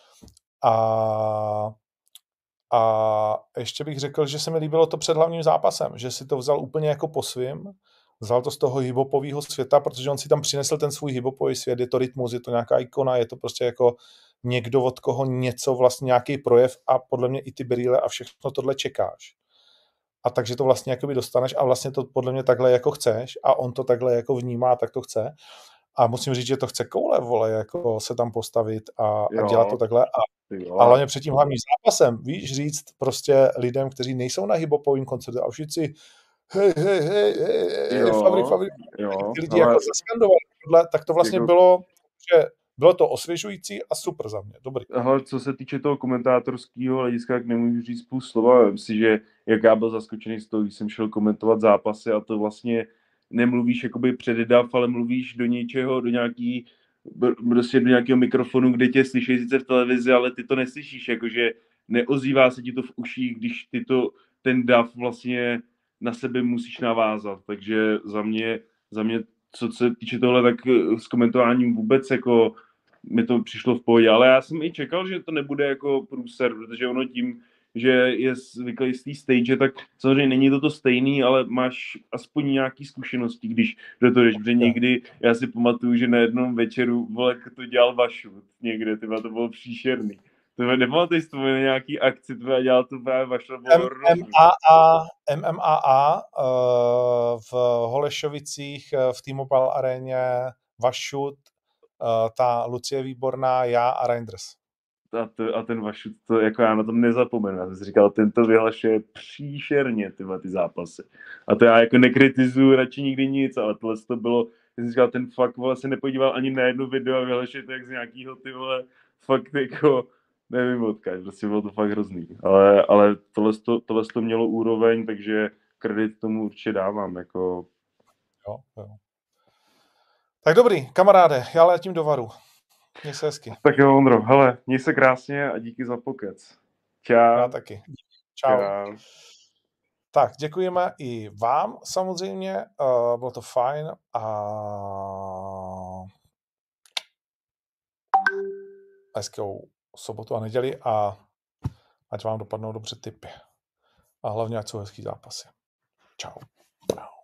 A ještě bych řekl, že se mi líbilo to před hlavním zápasem, že si to vzal úplně jako po svým, vzal to z toho hiphopového světa, protože on si tam přinesl ten svůj hiphopový svět, je to rytmus, je to nějaká ikona, je to prostě jako někdo, od koho něco, vlastně nějaký projev a podle mě i ty brýle a všechno tohle čekáš. A takže to vlastně jakoby dostaneš a vlastně to podle mě takhle jako chceš a on to takhle jako vnímá, tak to chce. A musím říct, že to chce koule, vole, jako se tam postavit a dělat to takhle. A hlavně před tím hlavním zápasem, víš, říct prostě lidem, kteří nejsou na hip-hopovým koncertu a všichni hej, Fabrik, ty lidi jako zaskandovali, tak to vlastně bylo, že bylo to osvěžující a super za mě, dobrý. Hele, co se týče toho komentátorského hlediska, jak nemůžu říct půl slova, myslím si, že jak já byl zaskočený z toho, když jsem šel komentovat zápasy a to vlastně nemluvíš jakoby před dav, ale mluvíš do něčeho, prostě do nějakého mikrofonu, kde tě slyší sice v televizi, ale ty to neslyšíš, jakože neozývá se ti to v uších, když ty ten dav vlastně na sebe musíš navázat, takže za mě, co se týče tohle, tak s komentováním vůbec jako mi to přišlo v pohodě, ale já jsem i čekal, že to nebude jako průser, protože ono tím, že je zvyklý z té stage, tak samozřejmě není to stejný, ale máš aspoň nějaký zkušenosti, když do toho jdeš, protože někdy, já si pamatuju, že na jednom večeru, vole, to dělal Vašut někde, tyba, to bylo příšerný. Nepamatuješ to na nějaký akci, to dělal to právě Vašut, MMA v Holešovicích v T-Mobile aréně Vašut, ta Lucie Výborná, já a Reinders. A ten Vašut, to jako já na tom nezapomenu. Já jsem si říkal, tento vyhlašuje příšerně ty zápasy. A to já jako nekritizuju radši nikdy nic, ale tohle to bylo, já jsem říkal, ten fakt vole se nepodíval ani na jedno video a vyhlašuje to jak z nějakého ty vole fakt jako nevím odkud, prostě bylo to fakt hrozný. Ale tohle to mělo úroveň, takže kredit tomu určitě dávám. Jako... Jo. Tak dobrý, kamaráde, já letím do Varu. Měj se hezky. Tak jo, Ondro, hele, měj se krásně a díky za pokec. Čau. Já taky. Čau. Tak, děkujeme i vám samozřejmě, bylo to fajn a hezkou sobotu a neděli a ať vám dopadnou dobře tipy. A hlavně, ať jsou hezký zápasy. Čau.